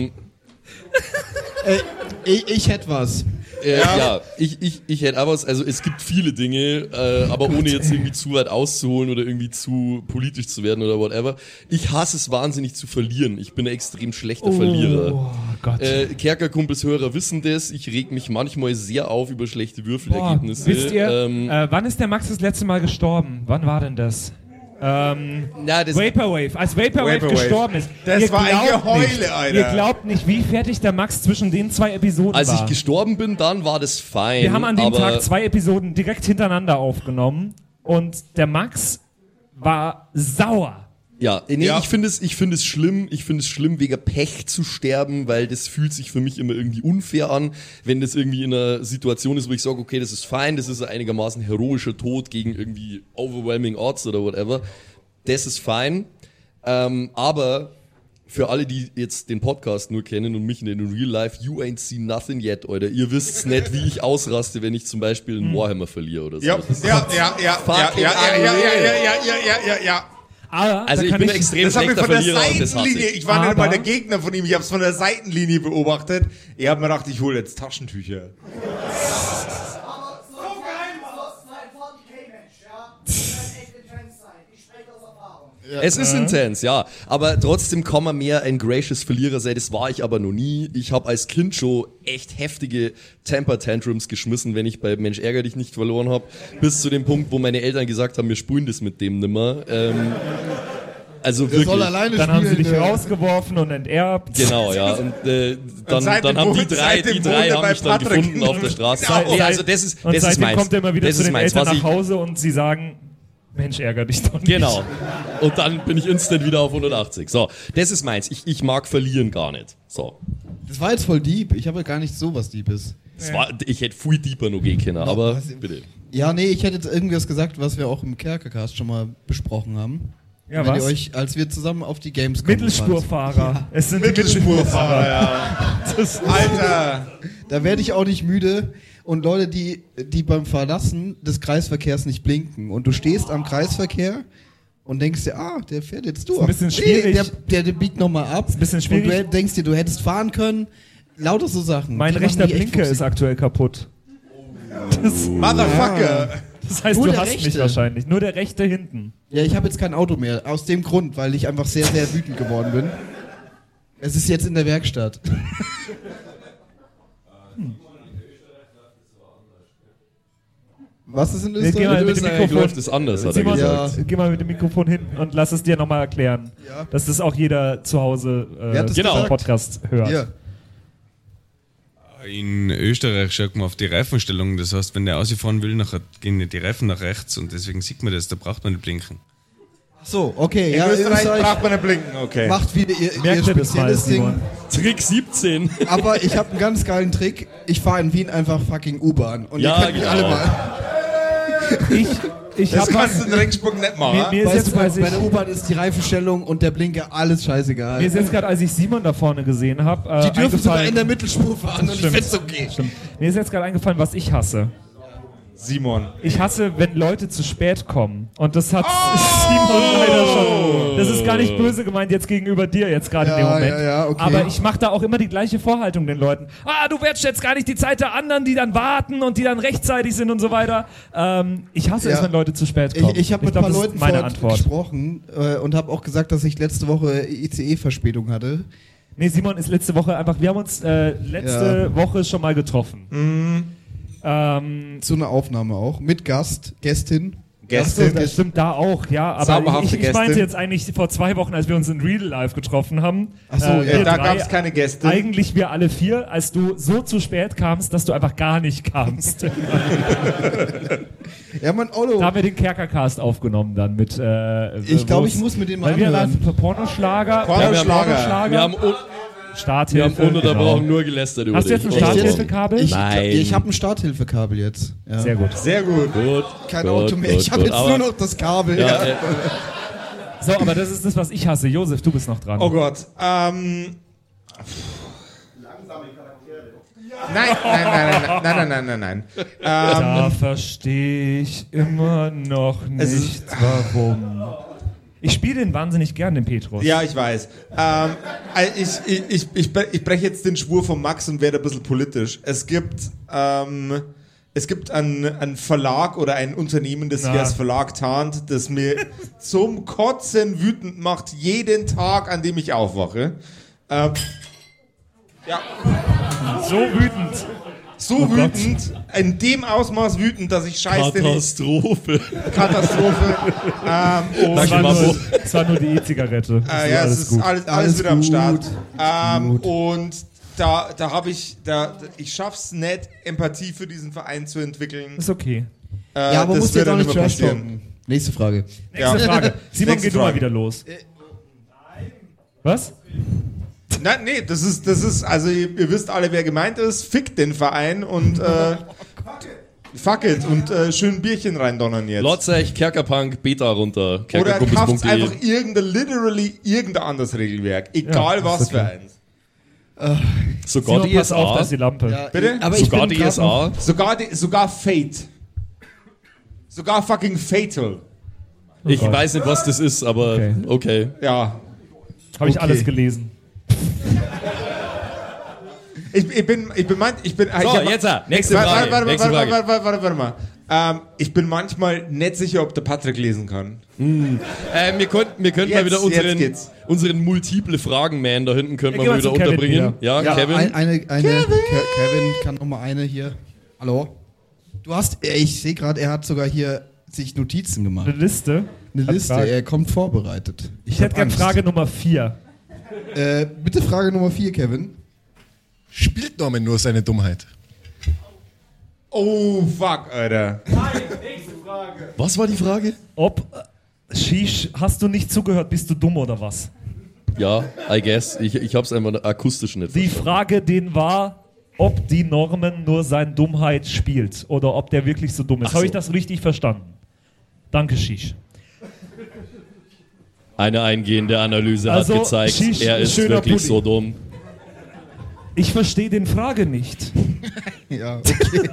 S8: Ich hätte was.
S3: Ich hätte auch was. Also es gibt viele Dinge, aber ohne jetzt irgendwie zu weit auszuholen oder irgendwie zu politisch zu werden oder whatever. Ich hasse es wahnsinnig zu verlieren. Ich bin ein extrem schlechter Verlierer.
S2: Oh Gott.
S3: Kerkerkumpels Hörer wissen das. Ich reg mich manchmal sehr auf über schlechte Würfelergebnisse.
S2: Wisst ihr, wann ist der Max das letzte Mal gestorben? Wann war denn das? Vaporwave. Als Vaporwave gestorben ist.
S1: Das war ein Geheule, Alter.
S2: Ihr glaubt nicht, wie fertig der Max zwischen den 2 Episoden war.
S3: Als ich gestorben bin, dann war das fein.
S2: Wir haben an dem Tag 2 Episoden direkt hintereinander aufgenommen und der Max war sauer.
S3: Ja, ich finde es schlimm. Ich finde es schlimm, wegen Pech zu sterben, weil das fühlt sich für mich immer irgendwie unfair an, wenn das irgendwie in einer Situation ist, wo ich sage, okay, das ist fein, das ist ein einigermaßen heroischer Tod gegen irgendwie overwhelming odds oder whatever. Das ist fein. Aber für alle, die jetzt den Podcast nur kennen und mich in den Real Life, you ain't seen nothing yet, Alter. Ihr wisst's nicht, wie ich ausraste, wenn ich zum Beispiel einen Warhammer verliere oder so.
S1: Ja.
S2: Aber
S3: also ich bin ein extrem schlechter Verlierer und das hasse ich.
S1: Ich war nicht mal der Gegner von ihm, ich habe es von der Seitenlinie beobachtet. Er hat mir gedacht, ich hole jetzt Taschentücher.
S3: Es ist intens, ja. Aber trotzdem kann man mehr ein gracious Verlierer sein. Das war ich aber noch nie. Ich habe als Kind schon echt heftige Temper-Tantrums geschmissen, wenn ich bei Mensch ärger dich nicht verloren habe. Bis zu dem Punkt, wo meine Eltern gesagt haben, wir spulen das mit dem nimmer. Also
S8: der
S3: wirklich.
S8: soll alleine
S2: dann
S8: spielen,
S2: haben sie dich rausgeworfen und enterbt.
S3: Genau, ja. Und dann haben die drei haben mich dann gefunden auf der Straße.
S2: Genau.
S3: Also das ist
S2: seitdem
S3: meins.
S2: kommt er immer wieder
S3: das
S2: zu den
S3: meins,
S2: Eltern nach Hause und sie sagen, Mensch, ärger dich doch nicht.
S3: Genau. Und dann bin ich instant wieder auf 180. So, das ist meins. Ich mag verlieren gar nicht. So.
S8: Das war jetzt voll deep. Ich habe ja gar nicht so was Deepes.
S3: Ich hätte viel deeper noch gehen können, aber bitte.
S8: Ja, nee, ich hätte jetzt irgendwas gesagt, was wir auch im Kerkercast schon mal besprochen haben.
S2: Ja,
S8: wenn
S2: was?
S8: Ihr euch, als wir zusammen auf die Games kommen.
S2: Mittelspurfahrer.
S8: Ja.
S2: Es sind
S1: Mittelspurfahrer, ja. Alter!
S8: Da werde ich auch nicht müde. Und Leute, die beim Verlassen des Kreisverkehrs nicht blinken und du stehst am Kreisverkehr und denkst dir, der fährt jetzt durch.
S2: Ist ein bisschen schwierig.
S8: Der biegt nochmal ab.
S2: Ist ein bisschen schwierig.
S8: Und du denkst dir, du hättest fahren können. Lauter so Sachen.
S2: Mein rechter Blinker ist aktuell kaputt.
S1: Motherfucker!
S2: Das heißt,
S8: Nur
S2: du
S8: der
S2: hast mich
S8: rechte.
S2: wahrscheinlich. Nur der rechte hinten.
S8: Ja, ich habe jetzt kein Auto mehr. Aus dem Grund, weil ich einfach sehr, sehr wütend geworden bin. Es ist jetzt in der Werkstatt. Was ist in Österreich?
S2: Geh mal mit dem Mikrofon.
S3: Läuft es anders, hat er
S2: Simon,
S3: gesagt.
S2: geh mal mit dem Mikrofon hinten und lass es dir nochmal erklären.
S8: Ja.
S2: Dass das auch jeder zu Hause
S3: genau.
S2: Podcast hört.
S8: Ja.
S10: In Österreich schaut man auf die Reifenstellung. Das heißt, wenn der ausfahren will, nachher gehen die Reifen nach rechts und deswegen sieht man das. Da braucht man nicht blinken.
S8: Ach so, okay.
S1: In Österreich braucht man nicht blinken, okay.
S8: Macht wieder ihr
S2: Merkt ihr das mal,
S8: spezielles Ding.
S2: Simon?
S3: Trick 17.
S8: Aber ich habe einen ganz geilen Trick. Ich fahre in Wien einfach fucking U-Bahn. Und
S3: Ja,
S8: ihr könnt mich
S3: genau.
S8: alle mal.
S2: Ich
S1: Das
S2: hab
S1: kannst du in Regensburg nicht machen.
S2: mir ist
S8: Weißt
S2: jetzt,
S8: du,
S2: als
S8: bei der
S2: ich,
S8: U-Bahn ist die Reifenstellung und der Blinker alles scheißegal.
S2: mir ist jetzt gerade, als ich Simon da vorne gesehen habe,
S8: Die dürfen sogar in der Mittelspur fahren und ich
S2: Stimmt.
S8: find's okay.
S2: Stimmt. Mir ist jetzt gerade eingefallen, was ich hasse.
S1: Simon.
S2: Ich hasse, wenn Leute zu spät kommen. Und das hat Simon leider schon. Das ist gar nicht böse gemeint jetzt gegenüber dir jetzt gerade in dem Moment.
S8: Ja, okay.
S2: Aber ich mache da auch immer die gleiche Vorhaltung den Leuten. Du wertschätzt gar nicht die Zeit der anderen, die dann warten und die dann rechtzeitig sind und so weiter. Ich hasse es, wenn Leute zu spät kommen.
S8: Ich habe mit
S2: glaub,
S8: ein paar
S2: das
S8: Leuten
S2: ist meine
S8: vorhin
S2: Antwort.
S8: gesprochen und habe auch gesagt, dass ich letzte Woche ICE-Verspätung hatte.
S2: Nee, Simon ist letzte Woche einfach, wir haben uns letzte Woche schon mal getroffen.
S8: Zu einer Aufnahme auch. Mit Gästin.
S2: Achso, das stimmt da auch, ja. Aber
S1: Zauberhafte
S2: ich meinte
S1: Gästin.
S2: jetzt eigentlich vor 2 Wochen, als wir uns in Real Life getroffen haben.
S8: Achso,
S2: wir
S1: da
S2: drei,
S1: gab es keine Gäste.
S2: Eigentlich wir alle 4, als du so zu spät kamst, dass du einfach gar nicht kamst.
S8: Ja, mein Auto.
S2: Da haben wir den Kerkercast aufgenommen dann mit.
S8: Ich glaube, ich muss mit dem mal
S2: Weil wir
S8: anhören.
S2: waren für Pornoschlager.
S1: Pornoschlager.
S3: Wir haben
S2: Starthilfe.
S3: ununterbrochen nur gelästert über
S2: Hast du jetzt ein
S3: dich.
S2: Starthilfekabel?
S3: Nein.
S8: Ich habe ein Starthilfekabel jetzt. Ja.
S2: Sehr gut.
S1: Sehr gut.
S3: Gut.
S8: Kein
S3: gut,
S8: Auto mehr.
S3: gut,
S8: Ich habe
S3: gut.
S8: jetzt
S3: Aber-
S8: nur noch das Kabel.
S3: Ja,
S8: Ja.
S2: So, aber das ist das, was ich hasse. Josef, du bist noch dran.
S1: Oh Gott. Nein.
S2: Da verstehe ich immer noch nicht, warum. Ich spiele den wahnsinnig gern, den Petrus.
S1: Ja, ich weiß. Ich breche jetzt den Schwur von Max und werde ein bisschen politisch. Es gibt einen Verlag oder ein Unternehmen, das sich als Verlag tarnt, das mir zum Kotzen wütend macht, jeden Tag, an dem ich aufwache. Ja.
S2: So wütend.
S1: So wütend, in dem Ausmaß wütend, dass ich scheiße.
S3: Katastrophe.
S2: Es war nur die E-Zigarette.
S1: Ja, es ist alles wieder am Start. Und da habe ich schaff's nicht, Empathie für diesen Verein zu entwickeln.
S2: Ist okay.
S8: Ja, aber muss jetzt auch nicht trash talken. Nächste Frage.
S2: Nächste Frage. Simon, geht du mal wieder los. Was?
S1: Nein, nee, das ist, also ihr wisst alle, wer gemeint ist. Fickt den Verein und fuck it und schön ein Bierchen reindonnern jetzt.
S3: Lotzeich, Kerkerpunk, Beta runter.
S1: Oder kauft einfach irgendein anderes Regelwerk. Egal was für eins.
S3: Sogar die
S2: pass auf, dass die Lampe.
S1: Ja, bitte?
S3: Aber sogar die SA.
S1: Sogar Fate. Sogar fucking Fatal.
S3: Ich weiß nicht, was das ist, aber okay.
S1: Ja.
S2: Habe ich alles gelesen.
S3: Nächste Frage.
S1: Warte mal. Ich bin manchmal nicht sicher, ob der Patrick lesen kann.
S3: Wir könnten mal wieder unseren multiple Fragen-Man da hinten können wir mal wieder unterbringen. Ja, Kevin.
S8: Kevin kann noch mal eine hier. Hallo? Ich sehe gerade, er hat sogar hier sich Notizen gemacht.
S2: Eine Liste?
S8: Er kommt vorbereitet.
S2: Ich hätte gerne Frage Nummer 4.
S8: Bitte Frage Nummer 4, Kevin.
S6: Spielt Norman nur seine Dummheit?
S1: Oh, fuck, Alter.
S3: Nein, nächste Frage. Was war die Frage?
S2: Shish, hast du nicht zugehört, bist du dumm oder was?
S3: Ja, I guess. Ich hab's einfach akustisch nicht
S2: Die
S3: verstanden.
S2: Frage, den war, ob die Norman nur seine Dummheit spielt oder ob der wirklich so dumm ist. Habe ich das richtig verstanden? Danke, Shish.
S3: Eine eingehende Analyse hat gezeigt,
S2: Shish,
S3: er ist wirklich so dumm.
S2: Ich verstehe den Frage nicht.
S8: Ja, okay.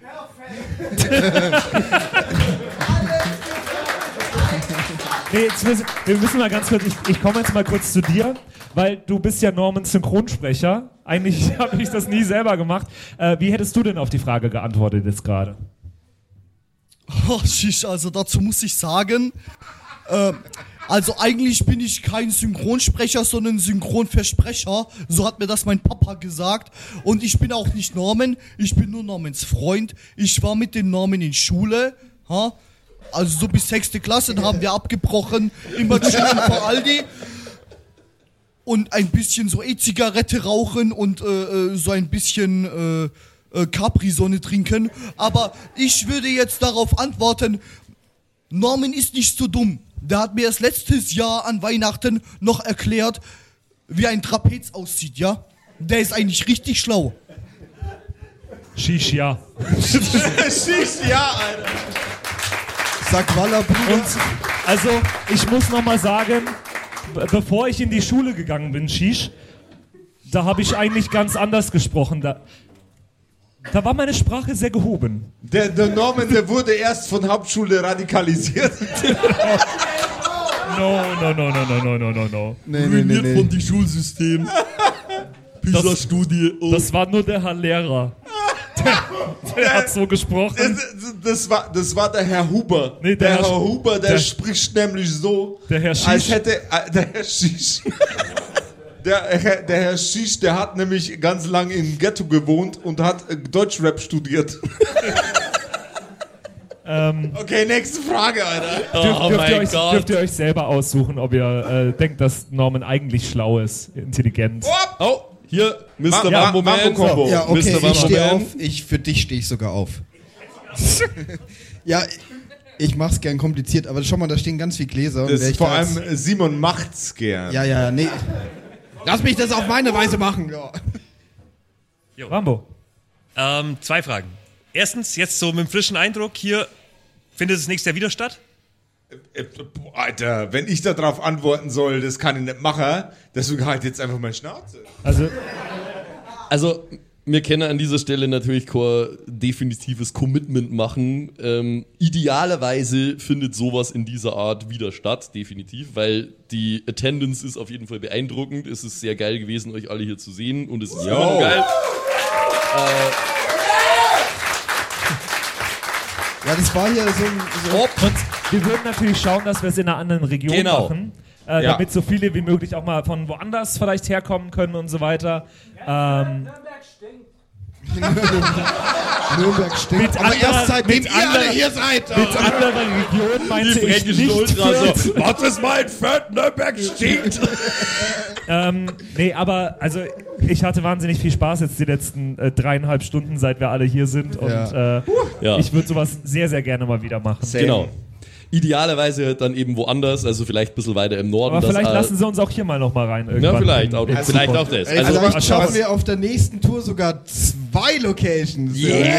S2: Nee, wir müssen mal ganz kurz, ich komme jetzt mal kurz zu dir, weil du bist ja Normans Synchronsprecher. Eigentlich habe ich das nie selber gemacht. Wie hättest du denn auf die Frage geantwortet jetzt gerade?
S16: Oh, Shish, also dazu muss ich sagen, also eigentlich bin ich kein Synchronsprecher, sondern Synchronversprecher. So hat mir das mein Papa gesagt. Und ich bin auch nicht Norman, ich bin nur Normans Freund. Ich war mit den Norman in Schule, also so bis 6. Klasse, dann haben wir abgebrochen, immer chillen vor Aldi. Und ein bisschen so E-Zigarette rauchen und so ein bisschen Capri-Sonne trinken. Aber ich würde jetzt darauf antworten, Norman ist nicht so dumm. Der hat mir erst letztes Jahr an Weihnachten noch erklärt, wie ein Trapez aussieht, ja? Der ist eigentlich richtig schlau.
S2: Shish, ja.
S1: Shish, ja, Alter.
S8: Sag Walla, Bruder.
S2: Also, ich muss nochmal sagen, bevor ich in die Schule gegangen bin, Shish, da habe ich eigentlich ganz anders gesprochen. Da war meine Sprache sehr gehoben.
S1: Der Norman, der wurde erst von Hauptschule radikalisiert.
S2: No.
S3: Ruiniert von dem Schulsystem. PISA-Studie.
S2: Das war nur der Herr Lehrer. Der hat so gesprochen.
S1: Das war der Herr Huber.
S2: Nee,
S1: der Herr Huber, der spricht nämlich so,
S2: der Herr Shish.
S1: als hätte der Herr Shish. Der Herr Shish, der hat nämlich ganz lang im Ghetto gewohnt und hat Deutschrap studiert. Okay, nächste Frage, Alter.
S2: Dürft ihr euch selber aussuchen, ob ihr denkt, dass Norman eigentlich schlau ist, intelligent.
S3: Oh, hier, Mr. Mambo-Man.
S8: Ja, okay, ich stehe auf. Für dich stehe ich sogar auf. Ja, ich mach's gern kompliziert, aber schau mal, da stehen ganz viele Gläser.
S1: Vor allem Simon macht's gern.
S8: Ja, nee. Lass mich das auf meine Weise machen.
S2: Ja. Rambo.
S17: 2 Fragen. Erstens, jetzt so mit dem frischen Eindruck hier, findet es nächstes Jahr wieder statt?
S1: Alter, wenn ich darauf antworten soll, das kann ich nicht machen, deswegen halt jetzt einfach meine Schnauze.
S3: Also Wir können an dieser Stelle natürlich kein definitives Commitment machen. Idealerweise findet sowas in dieser Art wieder statt, definitiv, weil die Attendance ist auf jeden Fall beeindruckend. Es ist sehr geil gewesen, euch alle hier zu sehen und es ist immer noch geil.
S8: Ja, das war hier so
S2: Und wir würden natürlich schauen, dass wir es in einer anderen Region machen. Damit so viele wie möglich auch mal von woanders vielleicht herkommen können und so weiter.
S8: Nürnberg stinkt. Aber erst seitdem ihr alle hier seid.
S2: Mit anderen Regionen meinte ich nicht
S5: Ultras. Was ist mein Fett? Nürnberg stinkt.
S2: Nee, aber also ich hatte wahnsinnig viel Spaß jetzt die letzten 3,5 Stunden, seit wir alle hier sind. Und ich würde sowas sehr, sehr gerne mal wieder machen.
S3: Genau. Idealerweise halt dann eben woanders, also vielleicht ein bisschen weiter im Norden.
S2: Aber vielleicht lassen sie uns auch hier mal noch mal rein.
S3: Ja, vielleicht auch das.
S8: Vielleicht schaffen wir auf der nächsten Tour sogar 2 Locations.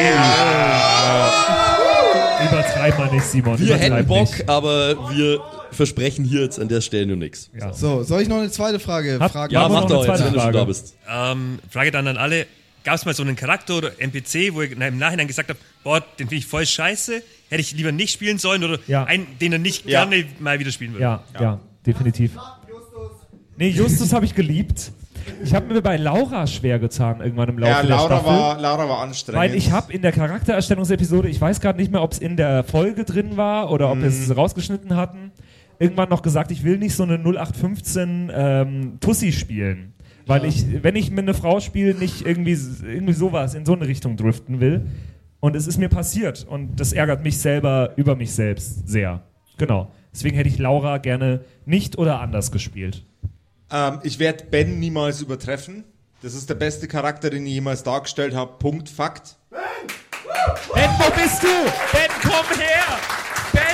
S2: Übertreib mal nicht, Simon.
S3: Wir hätten Bock, aber wir versprechen hier jetzt an der Stelle nur nichts.
S8: Ja. So, soll ich noch eine zweite Frage fragen?
S3: Ja, mach doch jetzt, wenn du schon da bist.
S17: Frage dann an alle. Gab es mal so einen Charakter oder NPC, wo ihr im Nachhinein gesagt habt, boah, den finde ich voll scheiße, hätte ich lieber nicht spielen sollen oder einen, den er nicht gerne mal wieder spielen würde?
S2: Ja, definitiv. Nee, Justus habe ich geliebt. Ich habe mir bei Laura schwer getan irgendwann im Laufe der Staffel.
S1: Laura war anstrengend.
S2: Weil ich habe in der Charaktererstellungsepisode, ich weiß gerade nicht mehr, ob es in der Folge drin war oder ob wir es rausgeschnitten hatten, irgendwann noch gesagt, ich will nicht so eine 0815 Tussi spielen. Weil wenn ich mit einer Frau spiele, nicht irgendwie sowas in so eine Richtung driften will. Und es ist mir passiert. Und das ärgert mich selber über mich selbst sehr. Genau. Deswegen hätte ich Laura gerne nicht oder anders gespielt.
S1: Ich werde Ben niemals übertreffen. Das ist der beste Charakter, den ich jemals dargestellt habe. Punkt, Fakt.
S2: Ben, wo bist du? Ben, komm her! Ben!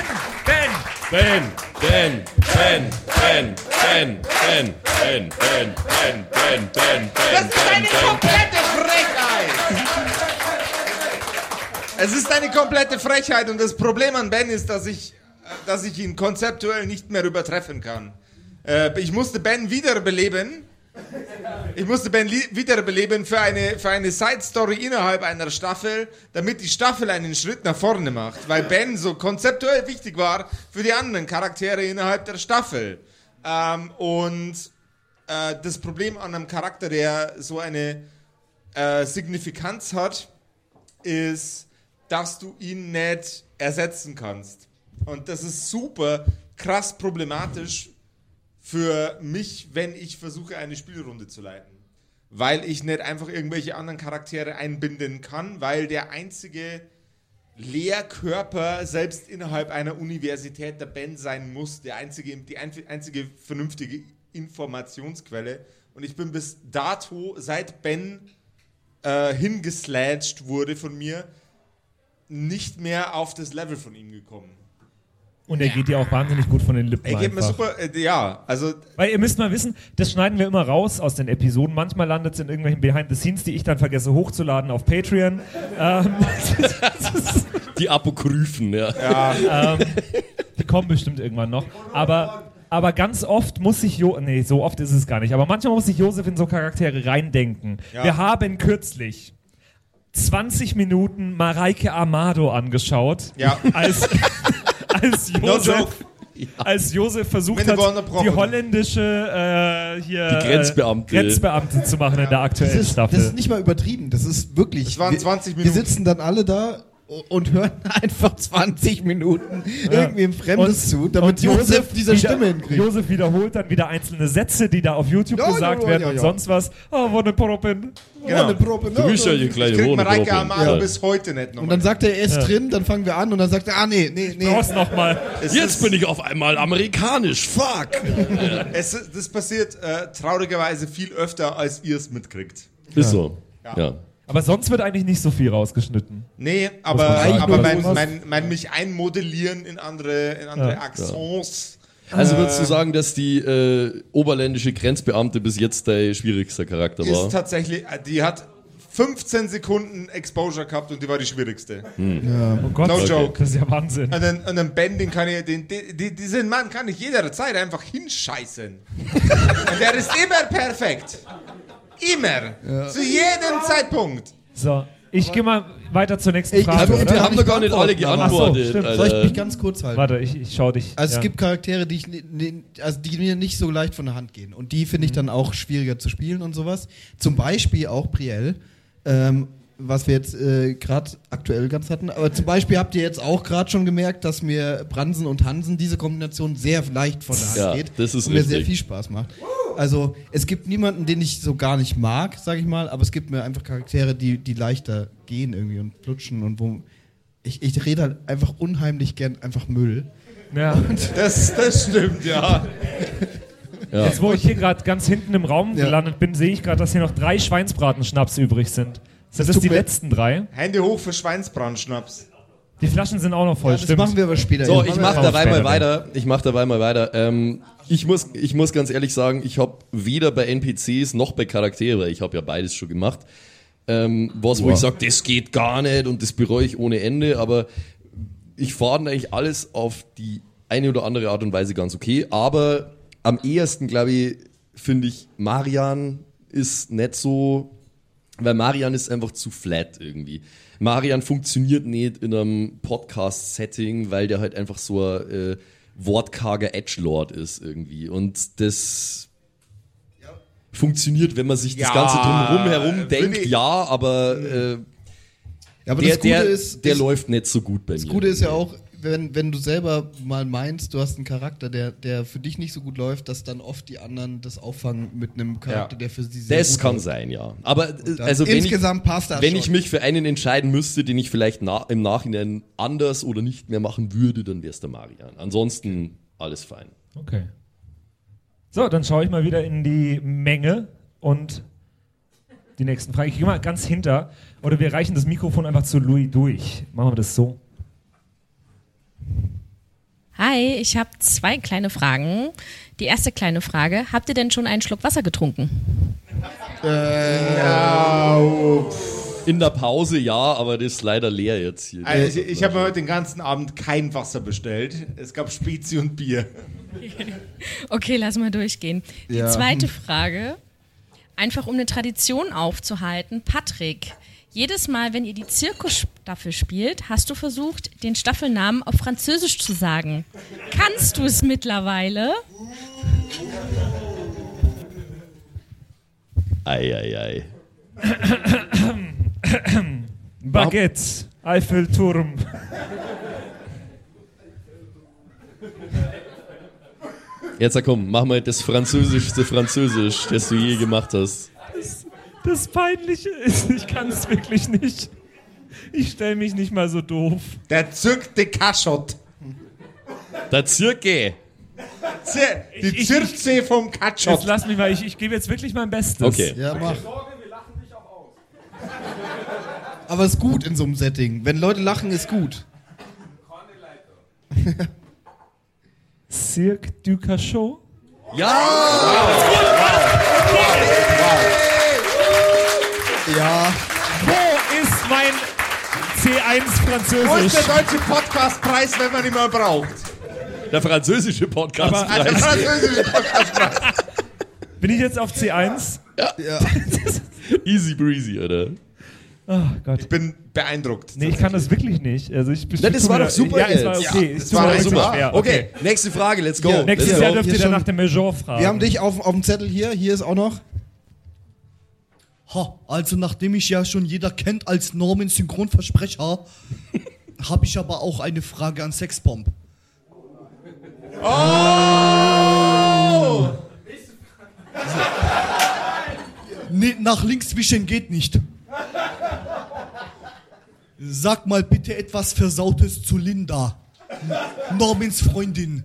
S1: Das ist eine komplette Frechheit! Es ist eine komplette Frechheit und das Problem an Ben ist, dass ich ihn konzeptuell nicht mehr übertreffen kann. Ich musste Ben wiederbeleben. Für eine Side-Story innerhalb einer Staffel, damit die Staffel einen Schritt nach vorne macht. Weil Ben so konzeptuell wichtig war für die anderen Charaktere innerhalb der Staffel. Das Problem an einem Charakter, der so eine Signifikanz hat, ist, dass du ihn nicht ersetzen kannst. Und das ist super krass problematisch für mich, wenn ich versuche, eine Spielrunde zu leiten. Weil ich nicht einfach irgendwelche anderen Charaktere einbinden kann, weil der einzige Lehrkörper selbst innerhalb einer Universität der Ben sein muss, die einzige vernünftige Informationsquelle. Und ich bin bis dato, seit Ben hingeslatcht wurde von mir, nicht mehr auf das Level von ihm gekommen.
S2: Und er geht ja auch wahnsinnig gut von den Lippen.
S1: Er geht mir super, also...
S2: Weil ihr müsst mal wissen, das schneiden wir immer raus aus den Episoden. Manchmal landet es in irgendwelchen Behind-the-Scenes, die ich dann vergesse hochzuladen auf Patreon.
S3: Die Apokryphen,
S2: die kommen bestimmt irgendwann noch. Aber ganz oft muss sich so oft ist es gar nicht. Aber manchmal muss sich Josef in so Charaktere reindenken. Ja. Wir haben kürzlich 20 Minuten Mareike Amado angeschaut.
S1: Ja.
S2: Als Josef versucht hat, die holländische
S3: die Grenzbeamte
S2: zu machen in der aktuellen Staffel.
S8: Das ist nicht mal übertrieben, das ist wirklich...
S1: Das waren 20 Minuten.
S8: Wir sitzen dann alle da und hören einfach 20 Minuten irgendwie im Fremdes zu, damit Josef diese Stimme hinkriegt.
S2: Josef wiederholt dann wieder einzelne Sätze, die da auf YouTube gesagt werden und sonst was. Oh, wo ne Proppen.
S1: Genau.
S3: Ich
S1: krieg Mareike Amado bis heute nicht noch.
S8: Und dann sagt er ist drin, dann fangen wir an und dann sagt er, nee.
S2: Brauchst noch mal.
S3: Jetzt bin ich auf einmal amerikanisch, fuck.
S1: Das passiert traurigerweise viel öfter, als ihr es mitkriegt.
S3: Ist so, ja.
S2: Aber sonst wird eigentlich nicht so viel rausgeschnitten.
S1: Nee, aber mein mich einmodellieren in andere Accents.
S3: Also würdest du sagen, dass die oberländische Grenzbeamte bis jetzt der schwierigste Charakter war?
S1: Ist tatsächlich, die hat 15 Sekunden Exposure gehabt und die war die schwierigste.
S2: Ja. Oh Gott,
S1: no joke.
S2: Das ist ja Wahnsinn.
S1: Und den Ben, diesen Mann kann ich jederzeit einfach hinscheißen. Und der ist immer perfekt. Immer. Ja. Zu jedem Zeitpunkt.
S2: So, ich gehe mal weiter zur nächsten Frage.
S3: Wir haben doch gar nicht alle geantwortet.
S8: Soll ich mich ganz kurz halten?
S2: Warte, ich schau dich.
S8: Also es gibt Charaktere, die mir nicht so leicht von der Hand gehen. Und die finde ich dann auch schwieriger zu spielen und sowas. Zum Beispiel auch Priel. Was wir jetzt gerade aktuell ganz hatten. Aber zum Beispiel habt ihr jetzt auch gerade schon gemerkt, dass mir Bransen und Hansen diese Kombination sehr leicht von der Hand geht.
S3: Das ist
S8: und mir sehr viel Spaß macht. Also es gibt niemanden, den ich so gar nicht mag, sag ich mal, aber es gibt mir einfach Charaktere, die leichter gehen irgendwie und flutschen und wo ich rede halt einfach unheimlich gern einfach Müll.
S2: Ja.
S8: Und
S1: das stimmt, ja.
S2: Jetzt, wo ich hier gerade ganz hinten im Raum gelandet bin, sehe ich gerade, dass hier noch 3 Schweinsbratenschnaps übrig sind. Sind das die letzten 3?
S1: Hände hoch für Schweinsbratenschnaps.
S2: Die Flaschen sind auch noch voll,
S8: das machen wir aber später.
S3: So, ich mach dabei mal weiter. Ich muss ganz ehrlich sagen, ich habe weder bei NPCs noch bei Charaktere, weil ich habe ja beides schon gemacht, wo ich sage, das geht gar nicht und das bereue ich ohne Ende, aber ich fahre eigentlich alles auf die eine oder andere Art und Weise ganz okay, aber am ehesten, glaube ich, finde ich, Marian ist nicht so, weil Marian ist einfach zu flat irgendwie. Marian funktioniert nicht in einem Podcast-Setting, weil der halt einfach so ein wortkarger Edgelord ist irgendwie. Und das funktioniert, wenn man sich das Ganze drumherum herum denkt, aber der läuft nicht so gut bei mir.
S8: Das Gute ist ja auch, wenn du selber mal meinst, du hast einen Charakter, der für dich nicht so gut läuft, dass dann oft die anderen das auffangen mit einem Charakter, der für sie sehr gut läuft.
S3: Das kann sein, ja. Aber also
S8: insgesamt passt das
S3: wenn
S8: schon.
S3: Ich mich für einen entscheiden müsste, den ich vielleicht im Nachhinein anders oder nicht mehr machen würde, dann wäre es der Marian. Ansonsten alles fein.
S2: Okay. So, dann schaue ich mal wieder in die Menge und die nächsten Fragen. Ich gehe mal ganz hinter, oder wir reichen das Mikrofon einfach zu Louis durch. Machen wir das so.
S18: Hi, ich habe 2 kleine Fragen. Die erste kleine Frage, habt ihr denn schon einen Schluck Wasser getrunken?
S3: In der Pause ja, aber das ist leider leer jetzt hier.
S1: Also ich habe mir heute den ganzen Abend kein Wasser bestellt. Es gab Spezi und Bier.
S18: Okay, lass mal durchgehen. Die zweite Frage, einfach um eine Tradition aufzuhalten. Patrick, jedes Mal, wenn ihr die Zirkusstaffel spielt, hast du versucht, den Staffelnamen auf Französisch zu sagen. Kannst du es mittlerweile?
S3: Ei.
S2: Baguette, Eiffelturm.
S3: Jetzt komm, mach mal das französischste Französisch, das du je gemacht hast.
S2: Das Peinliche ist, ich kann es wirklich nicht. Ich stelle mich nicht mal so doof.
S1: Der zirkte Kaschott.
S3: Der Zirke.
S1: Die Zirze vom Katschott.
S2: Jetzt lass mich mal, ich gebe jetzt wirklich mein Bestes.
S3: Okay.
S8: Ja, mach. Aber es ist gut in so einem Setting. Wenn Leute lachen, ist gut.
S2: Cirque du Cachot?
S3: Ja!
S8: Ja.
S2: Wo ist mein C1 Französisch?
S1: Wo ist der deutsche Podcastpreis, wenn man ihn mal braucht?
S3: Der französische Podcastpreis.
S1: Der französische Podcastpreis.
S2: Bin ich jetzt auf C1?
S3: Ja. Easy breezy, Alter.
S2: Oh Gott.
S1: Ich bin beeindruckt.
S2: Nee, ich kann das wirklich nicht. Also
S3: das war doch super.
S2: Ja, es war okay.
S1: Es war super.
S3: Schwer. Okay, nächste Frage, let's go.
S2: Ja, nächstes Jahr dürft ihr dann nach dem Major fragen.
S8: Wir haben dich auf dem Zettel hier ist auch noch.
S16: Also nachdem ich ja schon jeder kennt als Norman Synchronversprecher, habe ich aber auch eine Frage an Sexbomb.
S1: Oh!
S16: Nee, nach links wischen geht nicht. Sag mal bitte etwas Versautes zu Linda, Normans Freundin.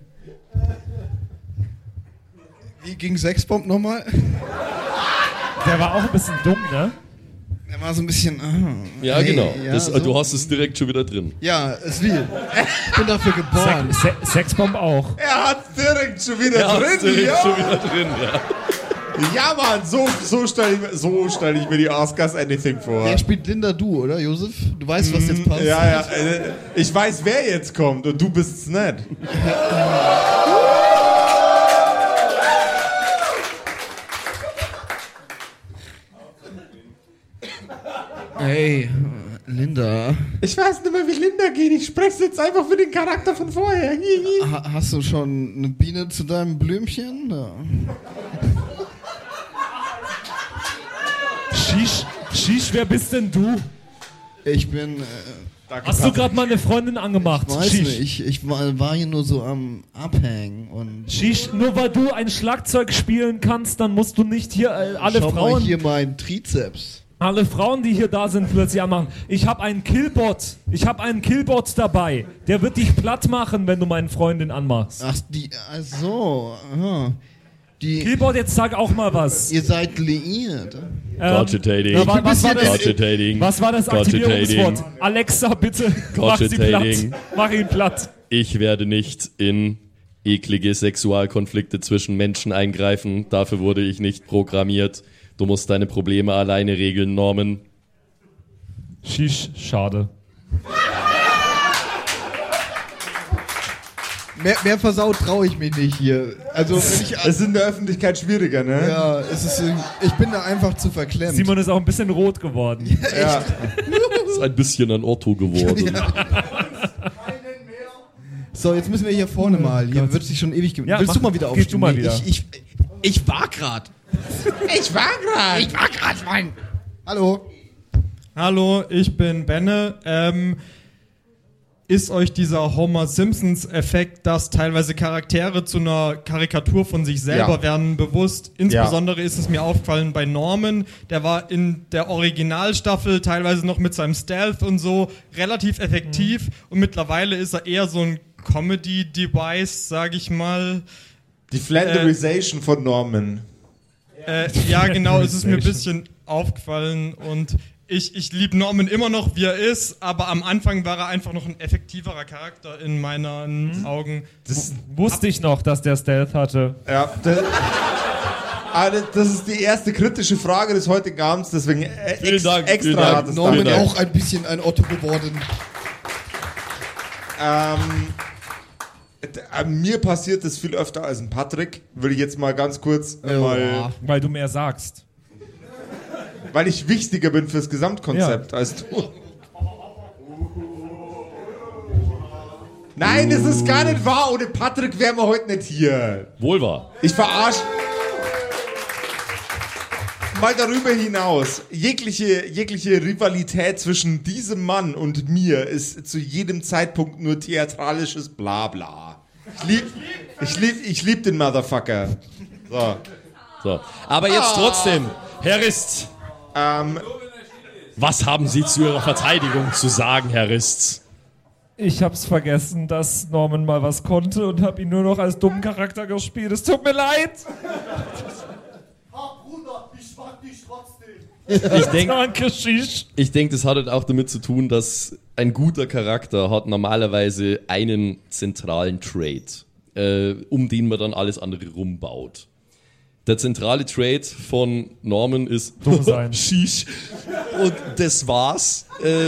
S8: Wie ging Sexbomb nochmal?
S2: Der war auch ein bisschen dumm, ne?
S8: Der war so ein bisschen...
S3: ja,
S8: hey,
S3: genau.
S8: Ja,
S3: du hast es direkt schon wieder drin.
S8: Ja, ist wie. Ich bin dafür geboren.
S2: Sexbomb auch.
S1: Er hat direkt schon wieder drin.
S3: Ja.
S1: Ja, Mann, so stell ich mir die Ask Us Anything vor.
S8: Er spielt Linda, du, oder, Josef? Du weißt, was jetzt passt.
S1: Ja. Ich weiß, wer jetzt kommt und du bist's nicht.
S8: Hey, Linda.
S1: Ich weiß nicht mehr, wie Linda geht. Ich spreche jetzt einfach für den Charakter von vorher.
S8: Hast du schon eine Biene zu deinem Blümchen? Ja.
S2: Shish, wer bist denn du?
S8: Ich bin...
S2: Hast du gerade mal eine Freundin angemacht?
S8: Ich weiß nicht, ich war hier nur so am Abhängen und...
S2: Shish, nur weil du ein Schlagzeug spielen kannst, dann musst du nicht hier alle
S8: Schau
S2: Frauen...
S8: mal hier mein Trizeps.
S2: Alle Frauen, die hier da sind, plötzlich anmachen. Ich habe einen Killbot. Ich habe einen Killbot dabei. Der wird dich platt machen, wenn du meine Freundin anmachst.
S8: Ach, so.
S2: Killbot, jetzt sag auch mal was.
S8: Ihr seid liiert.
S5: Cogitating.
S2: Was war das Aktivierungswort? Alexa, bitte mach sie platt. Mach ihn platt.
S3: Ich werde nicht in eklige Sexualkonflikte zwischen Menschen eingreifen. Dafür wurde ich nicht programmiert. Du musst deine Probleme alleine regeln, Norman.
S2: Shish, schade.
S8: Mehr versaut traue ich mich nicht hier. Also,
S1: es ist in der Öffentlichkeit schwieriger, ne?
S8: Ja, ich bin da einfach zu verklemmt.
S2: Simon ist auch ein bisschen rot geworden.
S8: Ja.
S3: Ist ein bisschen ein Otto geworden.
S8: Ja. So, jetzt müssen wir hier vorne mal. Hier wird sich schon ewig gewöhnt.
S2: Ja,
S8: Willst du mal wieder aufstehen?
S2: Du mal wieder.
S8: Ich war grad. Mann. Hallo.
S19: Hallo, ich bin Benne. Ist euch dieser Homer Simpsons-Effekt, dass teilweise Charaktere zu einer Karikatur von sich selber werden, bewusst? Insbesondere ist es mir aufgefallen bei Norman, der war in der Originalstaffel teilweise noch mit seinem Stealth und so relativ effektiv und mittlerweile ist er eher so ein Comedy-Device, sag ich mal.
S1: Die Flanderization von Norman.
S19: Ja, genau, es ist mir ein bisschen aufgefallen und ich liebe Norman immer noch, wie er ist, aber am Anfang war er einfach noch ein effektiverer Charakter in meinen Augen.
S2: Das wusste ich noch, dass der Stealth hatte.
S1: Ja, das ist die erste kritische Frage des heutigen Abends, deswegen extra hat es
S8: Norman auch ein bisschen ein Otto geworden.
S1: Mir passiert das viel öfter als ein Patrick, will ich jetzt mal ganz kurz
S2: weil du mehr sagst.
S1: Weil ich wichtiger bin fürs Gesamtkonzept als du. Nein, es ist gar nicht wahr. Ohne Patrick wären wir heute nicht hier.
S3: Wohl wahr.
S1: Ich verarsche. Mal darüber hinaus, jegliche Rivalität zwischen diesem Mann und mir ist zu jedem Zeitpunkt nur theatralisches Blabla. Ich lieb den Motherfucker.
S3: So. Aber jetzt trotzdem, Herr Rist. Was haben Sie zu Ihrer Verteidigung zu sagen, Herr Rist?
S2: Ich hab's vergessen, dass Norman mal was konnte und hab ihn nur noch als dummen Charakter gespielt. Es tut mir leid.
S16: Bruder, ich mag dich trotzdem.
S3: Ich denke, das hat halt auch damit zu tun, dass ein guter Charakter hat normalerweise einen zentralen Trait, um den man dann alles andere rumbaut. Der zentrale Trait von Norman ist
S2: dumm sein.
S3: Sheesh. Und das war's.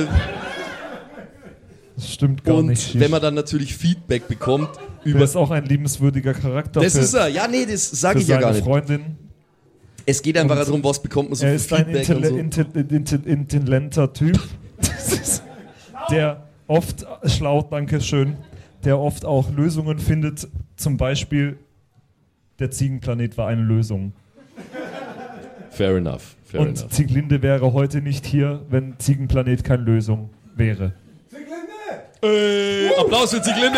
S2: Das stimmt gar nicht.
S3: Und wenn man dann natürlich Feedback bekommt über...
S2: Der ist auch ein liebenswürdiger Charakter.
S3: Das ist er. Ja, nee, das sage ich ja gar nicht.
S2: Freundin.
S3: Es geht einfach darum, was bekommt man so für Feedback.
S2: Er ist ein intelligenter Typ, der oft, der oft auch Lösungen findet. Zum Beispiel, der Ziegenplanet war eine Lösung.
S3: Fair enough.
S2: Und Zieglinde wäre heute nicht hier, wenn Ziegenplanet keine Lösung wäre.
S3: Applaus für Zieglinde!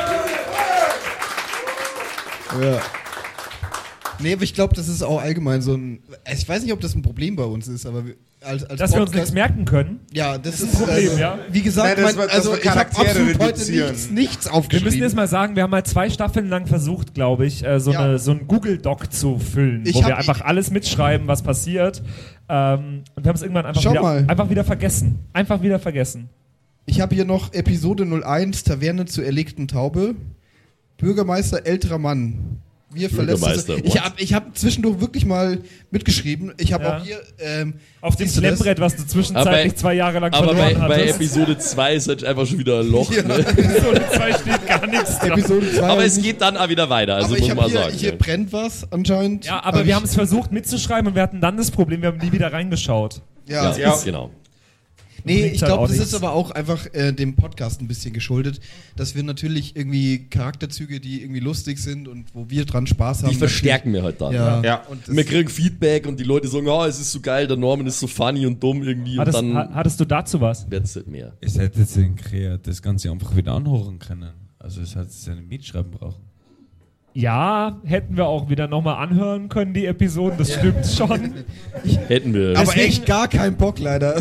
S8: Ja. Nee, aber ich glaube, das ist auch allgemein so ein... Ich weiß nicht, ob das ein Problem bei uns ist, aber als
S2: dass wir uns nichts merken können?
S8: Ja, das ist
S2: ein Problem, ja.
S8: Wie gesagt,
S1: ich habe absolut
S8: heute nichts aufgeschrieben.
S2: Wir müssen jetzt mal sagen, wir haben halt 2 Staffeln lang versucht, glaube ich, so ein Google-Doc zu füllen, wo wir einfach alles mitschreiben, was passiert. Und wir haben es irgendwann einfach wieder vergessen. Einfach wieder vergessen.
S8: Ich habe hier noch Episode 01, Taverne zur erlegten Taube. Bürgermeister, älterer Mann. Wir verlässt ich hab zwischendurch wirklich mal mitgeschrieben. Ich habe auch hier
S2: auf dem Klemmbrett, was du zwischenzeitlich 2 Jahre lang verloren hattest.
S3: Aber bei Episode 2 ist halt einfach schon wieder ein Loch.
S2: Ja. Ne? Episode 2 steht gar nichts dran.
S8: Episode 2
S3: aber es geht dann auch wieder weiter, also muss man sagen.
S8: Hier brennt was anscheinend.
S2: Ja, aber wir haben es versucht mitzuschreiben und wir hatten dann das Problem, wir haben nie wieder reingeschaut.
S8: Ja.
S3: Genau.
S8: Nee,
S2: Bringt
S8: ich
S2: halt
S8: glaube,
S2: auch
S8: das
S2: nichts.
S8: ist aber auch einfach dem Podcast ein bisschen geschuldet, dass wir natürlich irgendwie Charakterzüge, die irgendwie lustig sind und wo wir dran Spaß haben.
S3: Die verstärken wir halt dann.
S8: Ja. Und
S3: wir kriegen Feedback und die Leute sagen, es ist so geil, der Norman ist so funny und dumm irgendwie.
S2: Hattest du dazu was?
S3: Wird es halt mehr.
S10: Es hätte jetzt das Ganze einfach wieder anhören können. Also es hat es ja nicht mitschreiben brauchen.
S2: Ja, hätten wir auch wieder nochmal anhören können, die Episoden, das stimmt schon.
S3: Hätten wir.
S8: Aber echt gar keinen Bock leider.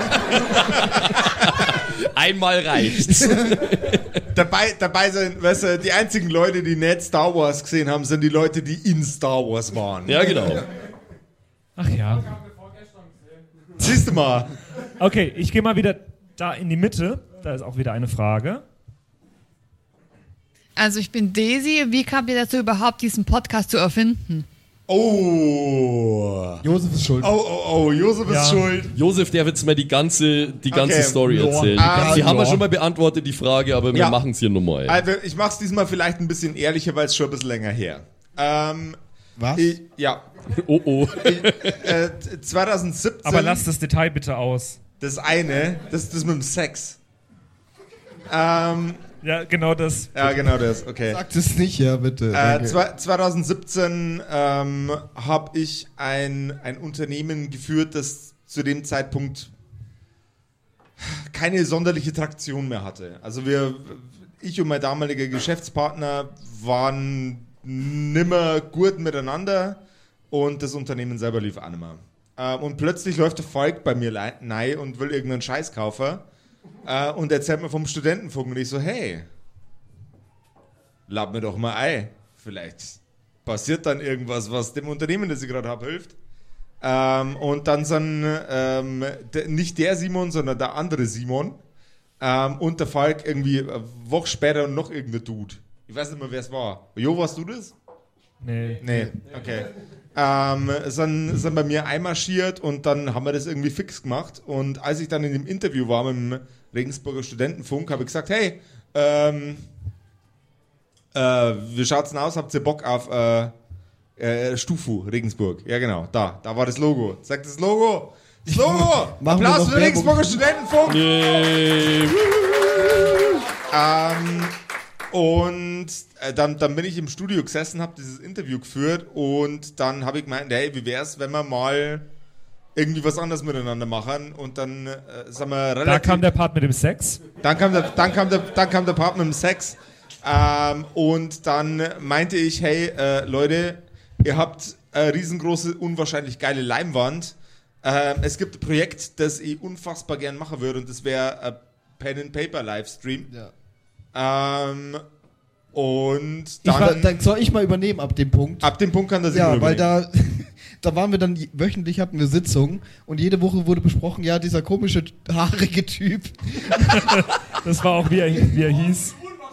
S3: Einmal reicht's.
S1: dabei sind, weißt du, die einzigen Leute, die nicht Star Wars gesehen haben, sind die Leute, die in Star Wars waren.
S3: Ja, genau.
S2: Ach ja.
S1: Siehst du mal.
S2: Okay, ich gehe mal wieder da in die Mitte. Da ist auch wieder eine Frage.
S20: Also ich bin Daisy. Wie kam ihr dazu überhaupt, diesen Podcast zu erfinden?
S1: Oh.
S8: Josef ist schuld.
S1: Oh, Josef ist schuld.
S3: Josef, der wird jetzt mal die ganze
S1: Okay.
S3: Story erzählen. Sie haben ja schon mal beantwortet, die Frage, aber wir machen es hier nochmal.
S1: Also ich mach's diesmal vielleicht ein bisschen ehrlicher, weil es schon ein bisschen länger her.
S8: Was?
S1: Ja.
S3: Oh.
S1: 2017.
S2: Aber lass das Detail bitte aus.
S1: Das eine, das mit dem Sex.
S2: Ja, genau das.
S1: Ja, genau das, okay.
S8: Sagt es nicht, ja, bitte.
S1: 2017 habe ich ein Unternehmen geführt, das zu dem Zeitpunkt keine sonderliche Traktion mehr hatte. Also ich und mein damaliger Geschäftspartner waren nimmer gut miteinander und das Unternehmen selber lief auch nicht mehr. Und plötzlich läuft der Falk bei mir rein und will irgendeinen Scheiß kaufen. Und erzählt mir vom Studentenfunk und ich so, hey, lad mir doch mal ein. Vielleicht passiert dann irgendwas, was dem Unternehmen, das ich gerade habe, hilft. Und dann sind nicht der Simon, sondern der andere Simon und der Falk irgendwie eine Woche später und noch irgendein Dude. Ich weiß nicht mehr, wer es war. Jo, warst du das?
S2: Nee,
S1: okay. Sind bei mir einmarschiert und dann haben wir das irgendwie fix gemacht. Und als ich dann in dem Interview war mit dem Regensburger Studentenfunk, habe ich gesagt, hey, wie schaut's denn aus? Habt ihr Bock auf Stufu, Regensburg? Ja genau, da war das Logo. Sagt das Logo! Das Logo! Applaus für den Regensburger Studentenfunk! Und dann bin ich im Studio gesessen, habe dieses Interview geführt und dann habe ich gemeint, hey, wie wär's, wenn wir mal irgendwie was anderes miteinander machen und dann sagen wir relativ...
S2: Da kam der Part mit dem Sex.
S1: Dann kam der Part mit dem Sex und dann meinte ich, hey Leute, ihr habt eine riesengroße, unwahrscheinlich geile Leinwand. Es gibt ein Projekt, das ich unfassbar gern machen würde und das wäre ein Pen-and-Paper-Livestream.
S8: Ja.
S1: Und dann...
S8: Dann soll ich mal übernehmen ab dem Punkt.
S1: Ab dem Punkt kann das
S8: Ja, weil da waren wir dann, wöchentlich hatten wir Sitzungen und jede Woche wurde besprochen, ja, dieser komische, haarige Typ.
S2: Das war auch, wie er hieß.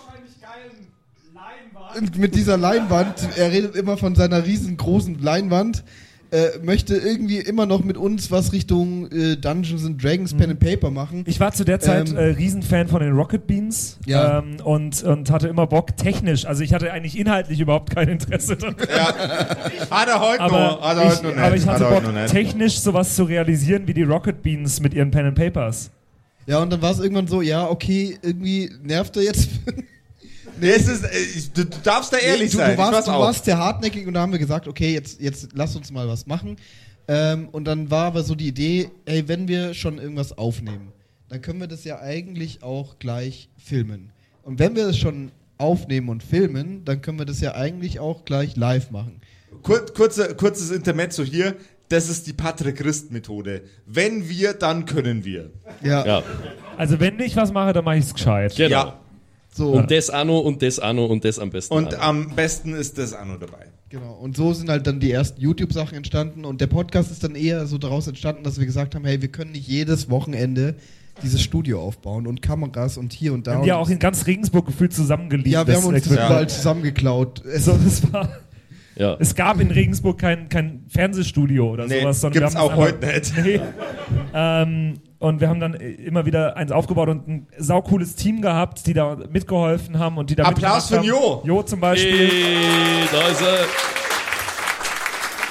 S8: Und mit dieser Leinwand, er redet immer von seiner riesengroßen Leinwand, möchte irgendwie immer noch mit uns was Richtung Dungeons and Dragons Pen and Paper machen.
S2: Ich war zu der Zeit Riesenfan von den Rocket Beans und hatte immer Bock technisch. Also ich hatte eigentlich inhaltlich überhaupt kein Interesse daran.
S1: Hat er heute noch.
S2: Aber ich hatte Bock, technisch sowas zu realisieren wie die Rocket Beans mit ihren Pen and Papers.
S8: Ja, und dann war es irgendwann so, ja, okay, irgendwie nervt er jetzt.
S1: Nee, du darfst da ehrlich sein.
S8: Du warst sehr hartnäckig und da haben wir gesagt, okay, jetzt lass uns mal was machen. Und dann war aber so die Idee, ey, wenn wir schon irgendwas aufnehmen, dann können wir das ja eigentlich auch gleich filmen. Und wenn wir das schon aufnehmen und filmen, dann können wir das ja eigentlich auch gleich live machen.
S1: Kurzes Intermezzo hier. Das ist die Patrick-Christ-Methode. Wenn wir, dann können wir.
S8: Ja.
S2: Also wenn ich was mache, dann mache ich es gescheit.
S3: Genau.
S1: Ja.
S8: So.
S3: Und das Anno und das Anno und das am besten.
S1: Und
S3: Anno.
S1: am besten ist das Anno dabei.
S8: Genau. Und so sind halt dann die ersten YouTube-Sachen entstanden und der Podcast ist dann eher so daraus entstanden, dass wir gesagt haben, hey, wir können nicht jedes Wochenende dieses Studio aufbauen und Kameras und hier und da.
S2: Wir haben ja auch in ganz Regensburg gefühlt zusammengelegt.
S8: Ja, wir haben uns das überall zusammengeklaut.
S2: So, das war...
S3: Ja.
S2: Es gab in Regensburg kein Fernsehstudio oder sowas. Sondern
S1: gibt's auch heute nicht.
S2: Nee. Und wir haben dann immer wieder eins aufgebaut und ein saucooles Team gehabt, die da mitgeholfen haben und die da
S1: Applaus für Jo.
S2: Jo zum Beispiel.
S3: Hey, da ist er.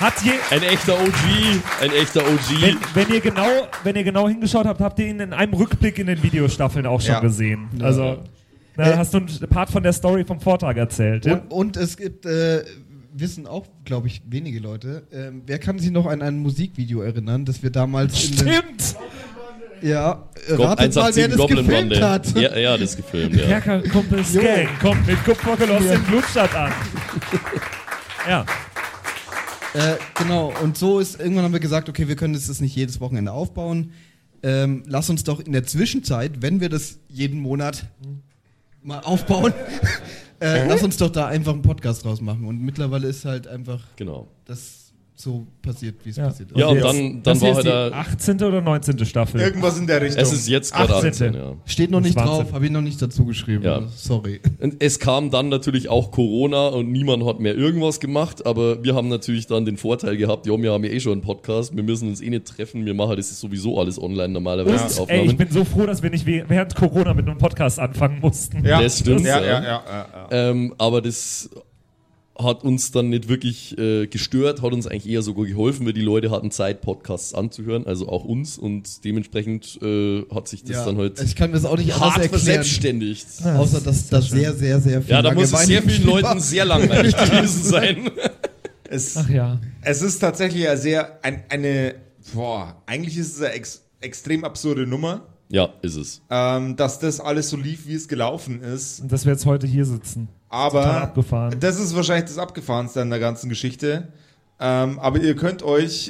S3: Ein echter OG. Ein echter OG.
S2: Wenn ihr genau hingeschaut habt, habt ihr ihn in einem Rückblick in den Videostaffeln auch schon gesehen.
S8: Ja.
S2: Also, da hast du einen Part von der Story vom Vortag erzählt. Ja?
S8: Und es gibt, wissen auch, glaube ich, wenige Leute, wer kann sich noch an ein Musikvideo erinnern, das wir damals
S2: Stimmt!
S8: Ja, ratet mal, wer das
S3: Goblin
S8: gefilmt
S3: Monday.
S8: hat.
S3: Ja, das gefilmt, ja.
S2: Kerkerkumpels Gang kommt mit Kupferkoloss in Blutstadt an. Ja.
S8: Genau, und so ist, irgendwann haben wir gesagt, okay, wir können das nicht jedes Wochenende aufbauen. Lass uns doch in der Zwischenzeit, wenn wir das jeden Monat mal aufbauen, lass uns doch da einfach einen Podcast draus machen. Und mittlerweile ist halt einfach das so passiert, wie es passiert ist.
S3: Ja, und dann war halt
S2: die 18. oder 19. Staffel?
S1: Irgendwas in der Richtung.
S3: Es ist jetzt gerade 18, ja.
S8: Steht noch nicht
S2: 20.
S8: drauf, habe ich noch nicht dazu geschrieben.
S3: Ja.
S8: Sorry.
S3: Und es kam dann natürlich auch Corona und niemand hat mehr irgendwas gemacht, aber wir haben natürlich dann den Vorteil gehabt, wir haben ja eh schon einen Podcast, wir müssen uns eh nicht treffen, wir machen das ist sowieso alles online normalerweise, die Aufnahmen.
S2: Ey, ich bin so froh, dass wir nicht während Corona mit einem Podcast anfangen mussten.
S3: Ja, das stimmt.
S1: Ja.
S3: Aber das hat uns dann nicht wirklich gestört, hat uns eigentlich eher sogar geholfen, weil die Leute hatten Zeit, Podcasts anzuhören, also auch uns, und dementsprechend hat sich das dann halt
S8: ich kann mir das auch nicht anders
S3: hart
S8: erklären.
S3: verselbstständigt.
S8: Außer, dass das sehr, sehr, sehr viel.
S3: Ja, da muss es sehr vielen Leuten sehr langweilig gewesen sein.
S1: Es ist tatsächlich eigentlich ist es eine extrem absurde Nummer.
S3: Ja, ist es.
S1: Dass das alles so lief, wie es gelaufen ist.
S2: Und dass wir jetzt heute hier sitzen.
S1: Aber das ist wahrscheinlich das Abgefahrenste an der ganzen Geschichte. Aber ihr könnt euch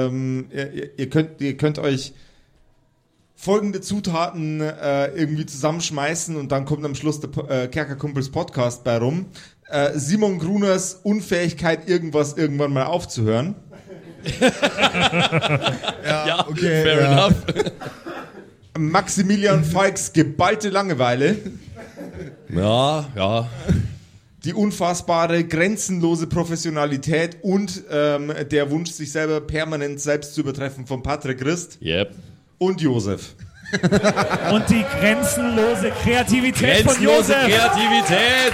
S1: folgende Zutaten irgendwie zusammenschmeißen und dann kommt am Schluss der Kerkerkumpels Podcast bei rum. Simon Gruners Unfähigkeit, irgendwann mal aufzuhören.
S3: Ja, okay, fair enough.
S1: Maximilian Falks geballte Langeweile.
S3: Ja.
S1: Die unfassbare, grenzenlose Professionalität und der Wunsch, sich selber permanent selbst zu übertreffen von Patrick Christ.
S3: Yep.
S1: Und Josef.
S2: Und die grenzenlose Kreativität von Josef.
S3: Kreativität.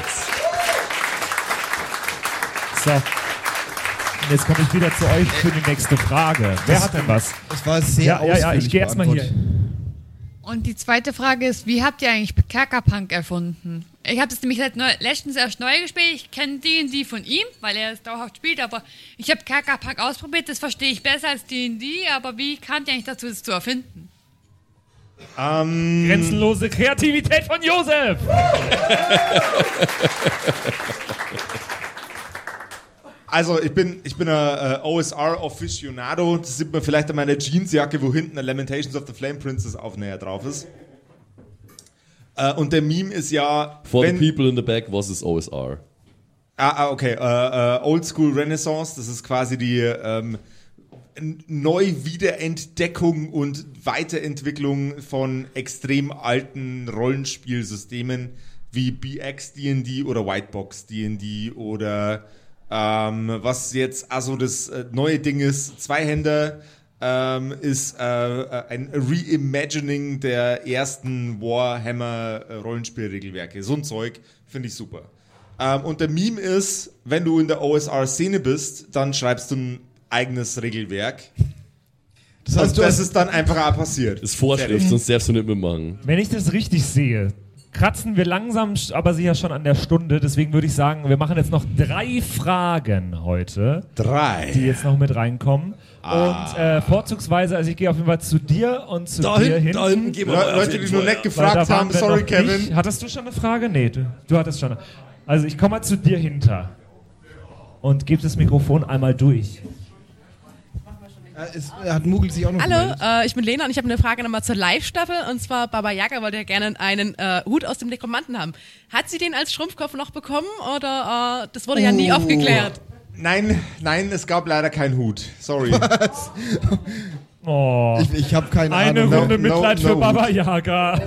S2: So. Und jetzt komme ich wieder zu euch für die nächste Frage. Wer hat denn was?
S8: Das war sehr
S2: ausführlich. Ja, ich gehe erstmal hier.
S20: Und die zweite Frage ist, wie habt ihr eigentlich Kerkerpunk erfunden? Ich habe das nämlich letztens erst neu gespielt. Ich kenne D&D von ihm, weil er es dauerhaft spielt, aber ich habe Kerkerpunk ausprobiert, das verstehe ich besser als D&D, aber wie kamt ihr eigentlich dazu, das zu erfinden?
S2: Grenzenlose Kreativität von Josef!
S1: Also ich bin ein OSR-Aficionado. Das sieht man vielleicht an meiner Jeansjacke, wo hinten ein Lamentations of the Flame Princess Aufnäher drauf ist. Und der Meme ist ja...
S3: For the people in the back, was ist OSR?
S1: Okay. Old School Renaissance, das ist quasi die Neu-Wiederentdeckung und Weiterentwicklung von extrem alten Rollenspielsystemen wie BX D&D oder Whitebox D&D oder was jetzt also das neue Ding ist, Zweihänder ist ein Reimagining der ersten Warhammer-Rollenspielregelwerke. So ein Zeug finde ich super. Und der Meme ist, wenn du in der OSR-Szene bist, dann schreibst du ein eigenes Regelwerk. Das heißt, das ist dann einfach auch passiert.
S3: Das ist Vorschrift, sonst darfst du nicht mitmachen.
S2: Wenn ich das richtig sehe, kratzen wir langsam, aber sicher schon an der Stunde. Deswegen würde ich sagen, wir machen jetzt noch 3 Fragen heute.
S1: 3.
S2: Die jetzt noch mit reinkommen. Und vorzugsweise, also ich gehe auf jeden Fall zu dir und zu dir hinten.
S3: Da hinten gehen wir
S1: Leute, die nur nett gefragt haben, sorry Kevin.
S2: Nicht. Hattest du schon eine Frage? Nee, du hattest schon. Also ich komme mal zu dir hinter und gebe das Mikrofon einmal durch.
S8: Hat Mugel sich auch noch
S21: Hallo, ich bin Lena und ich habe eine Frage nochmal zur Live-Staffel. Und zwar, Baba Yaga wollte ja gerne einen Hut aus dem Nekromanten haben. Hat sie den als Schrumpfkopf noch bekommen oder das wurde ja nie aufgeklärt?
S1: Nein, es gab leider keinen Hut. Sorry.
S8: Was?
S2: Oh.
S8: Ich habe keine
S2: Eine
S8: Ahnung.
S2: Runde Mitleid für Baba Yaga.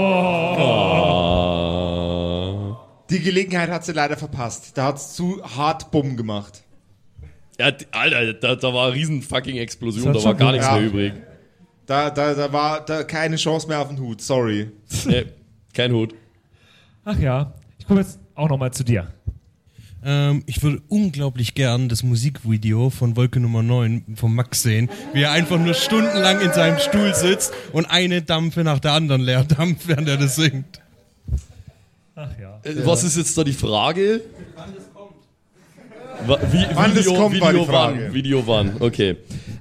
S1: Die Gelegenheit hat sie leider verpasst. Da hat es zu hart Bumm gemacht.
S3: Ja, Alter, da war eine riesen fucking Explosion, da war gar nichts mehr übrig.
S1: Da war keine Chance mehr auf den Hut, sorry.
S3: Nee, kein Hut.
S2: Ach ja, ich komme jetzt auch nochmal zu dir.
S10: Ich würde unglaublich gern das Musikvideo von Wolke Nummer 9 von Max sehen, wie er einfach nur stundenlang in seinem Stuhl sitzt und eine Dampfe nach der anderen leer dampft, während er das singt.
S2: Ach ja.
S3: Was ist jetzt da die Frage?
S1: Wann das kommt, war die Frage.
S3: Video wann, okay.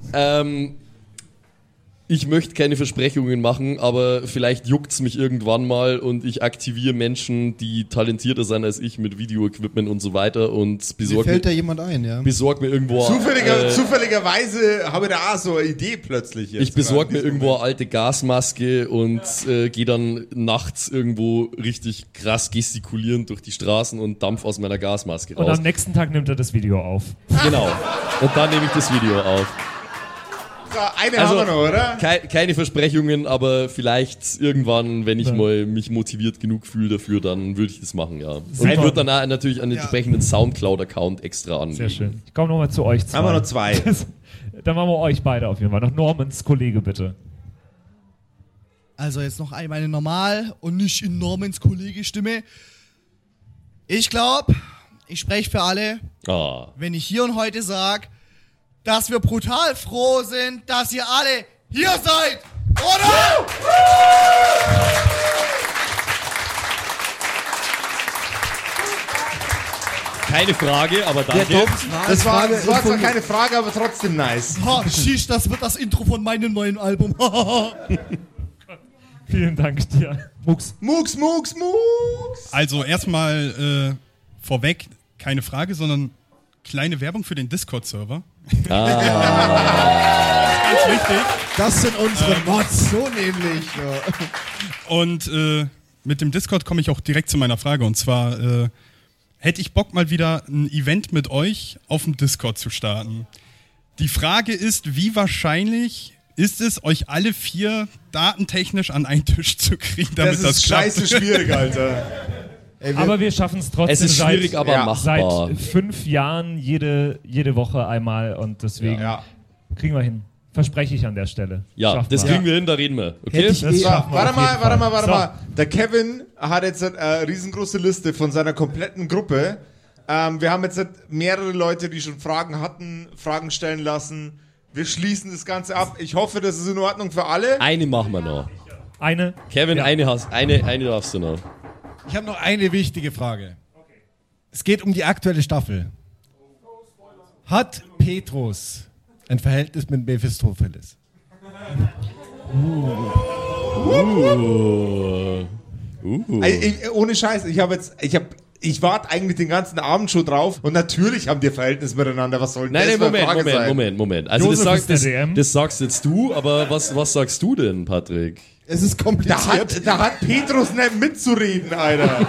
S3: Ich möchte keine Versprechungen machen, aber vielleicht juckt's mich irgendwann mal und ich aktiviere Menschen, die talentierter sind als ich mit Videoequipment und so weiter und
S8: Mir fällt da jemand ein, ja.
S3: Besorg mir irgendwo...
S1: Zufälligerweise habe ich da auch so eine Idee plötzlich jetzt.
S3: Ich besorge mir irgendwo eine alte Gasmaske und gehe dann nachts irgendwo richtig krass gestikulierend durch die Straßen und dampf aus meiner Gasmaske raus.
S2: Und am nächsten Tag nimmt er das Video auf.
S3: Genau. Und dann nehme ich das Video auf.
S1: Eine haben wir noch, oder?
S3: Keine Versprechungen, aber vielleicht irgendwann, wenn ich mal mich motiviert genug fühle dafür, dann würde ich das machen, ja. Und ich würde dann auch natürlich einen entsprechenden Soundcloud-Account extra anlegen.
S2: Sehr schön. Ich komme nochmal zu euch zwei.
S1: Haben wir noch zwei.
S2: Dann machen wir euch beide auf jeden Fall. Noch Normans Kollege, bitte.
S16: Also jetzt noch einmal eine Normal- und nicht in Normans Kollege-Stimme. Ich glaube, ich spreche für alle, wenn ich hier und heute sage, dass wir brutal froh sind, dass ihr alle hier seid, oder?
S3: Keine Frage, aber danke.
S1: Das war zwar keine Frage, aber trotzdem nice.
S16: Ha, shish, das wird das Intro von meinem neuen Album.
S2: Vielen Dank dir.
S1: Mux.
S11: Also erstmal vorweg, keine Frage, sondern kleine Werbung für den Discord-Server.
S3: Ah.
S11: Ganz wichtig.
S8: Das sind unsere Mods, so nämlich.
S11: Und mit dem Discord komme ich auch direkt zu meiner Frage. Und zwar hätte ich Bock, mal wieder ein Event mit euch auf dem Discord zu starten. Die Frage ist, wie wahrscheinlich ist es, euch alle 4 datentechnisch an einen Tisch zu kriegen, damit das klappt?
S1: Das ist scheiße schwierig, Alter.
S2: Aber wir schaffen es trotzdem.
S3: Es ist schwierig, aber machbar.
S2: Seit 5 Jahren jede Woche einmal und deswegen kriegen wir hin. Verspreche ich an der Stelle.
S3: Ja, das kriegen wir hin, da reden wir. Okay?
S1: Warte mal. Der Kevin hat jetzt eine riesengroße Liste von seiner kompletten Gruppe. Wir haben jetzt mehrere Leute, die schon Fragen hatten, Fragen stellen lassen. Wir schließen das Ganze ab. Ich hoffe, das ist in Ordnung für alle.
S3: Eine machen wir noch.
S2: Eine?
S3: Kevin, eine darfst du noch.
S6: Ich habe noch eine wichtige Frage. Es geht um die aktuelle Staffel. Hat Petrus ein Verhältnis mit Mephistopheles? Ohne Scheiß, ich warte eigentlich den ganzen Abend schon drauf und natürlich haben die ein Verhältnis miteinander. Was soll denn das für eine Frage sein?
S3: Moment. Also das sagst jetzt du, aber was sagst du denn, Patrick?
S8: Es ist kompliziert.
S1: Da hat Petrus nicht mitzureden, Alter.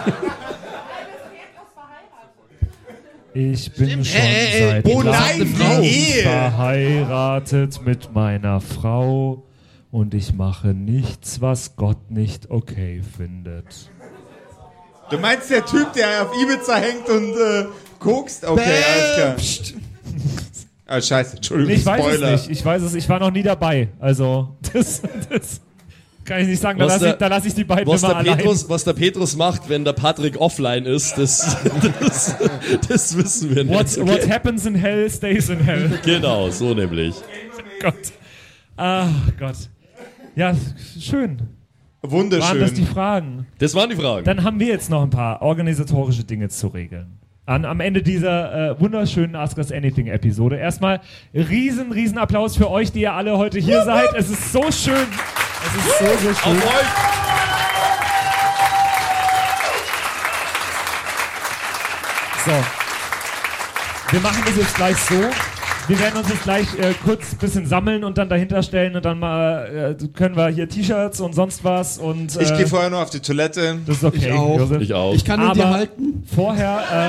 S2: Ich bin schon seit langem verheiratet mit meiner Frau und ich mache nichts, was Gott nicht okay findet.
S1: Du meinst der Typ, der auf Ibiza hängt und kokst? Okay, alles klar. Ah, scheiße, Entschuldigung,
S2: Ich weiß
S1: Spoiler.
S2: es nicht, ich war noch nie dabei. Also, das kann ich nicht sagen, da lasse ich die beiden immer allein.
S3: Was der Petrus macht, wenn der Patrick offline ist, das wissen wir nicht.
S2: What happens in hell stays in hell.
S3: Genau, so nämlich.
S2: Gott. Ach Gott. Ja, schön.
S1: Wunderschön.
S2: Waren das die Fragen?
S3: Das waren die Fragen.
S2: Dann haben wir jetzt noch ein paar organisatorische Dinge zu regeln. Am Ende dieser wunderschönen Ask Us Anything Episode. Erstmal riesen Applaus für euch, die ihr alle heute hier seid. Es ist so schön. Es ist so schön.
S3: Auf euch.
S2: So. Wir machen das jetzt gleich so. Wir werden uns jetzt gleich kurz ein bisschen sammeln und dann dahinter stellen und dann mal können wir hier T-Shirts und sonst was und
S1: ich gehe vorher nur auf die Toilette.
S2: Das ist okay.
S3: Ich auch.
S8: Ich kann nur dir halten.
S2: Vorher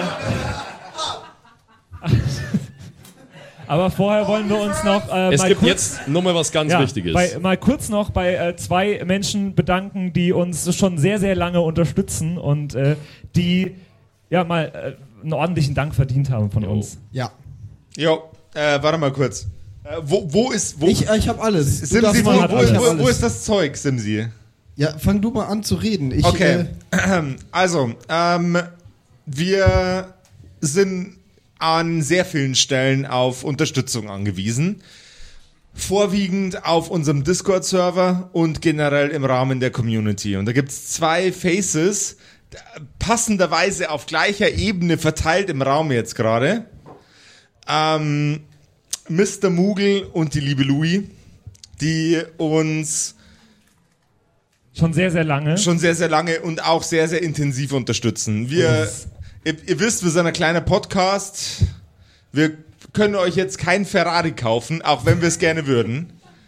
S2: aber vorher wollen wir uns noch
S3: es gibt jetzt noch mal was ganz Wichtiges.
S2: Mal kurz noch bei 2 Menschen bedanken, die uns schon sehr, sehr lange unterstützen und die mal einen ordentlichen Dank verdient haben von uns.
S8: Ja.
S1: Jo. Warte mal kurz. Wo ist...
S8: Ich habe alles.
S1: Simsi, wo ist das Zeug, Simsi?
S8: Ja, fang du mal an zu reden.
S1: Okay. Also, wir sind an sehr vielen Stellen auf Unterstützung angewiesen. Vorwiegend auf unserem Discord-Server und generell im Rahmen der Community. Und da gibt's 2 Faces, passenderweise auf gleicher Ebene verteilt im Raum jetzt gerade. Mr. Moogle und die liebe Louis, die uns
S2: schon sehr, sehr lange
S1: und auch sehr, sehr intensiv unterstützen. Ihr wisst, wir sind ein kleiner Podcast. Wir können euch jetzt kein Ferrari kaufen, auch wenn wir es gerne würden.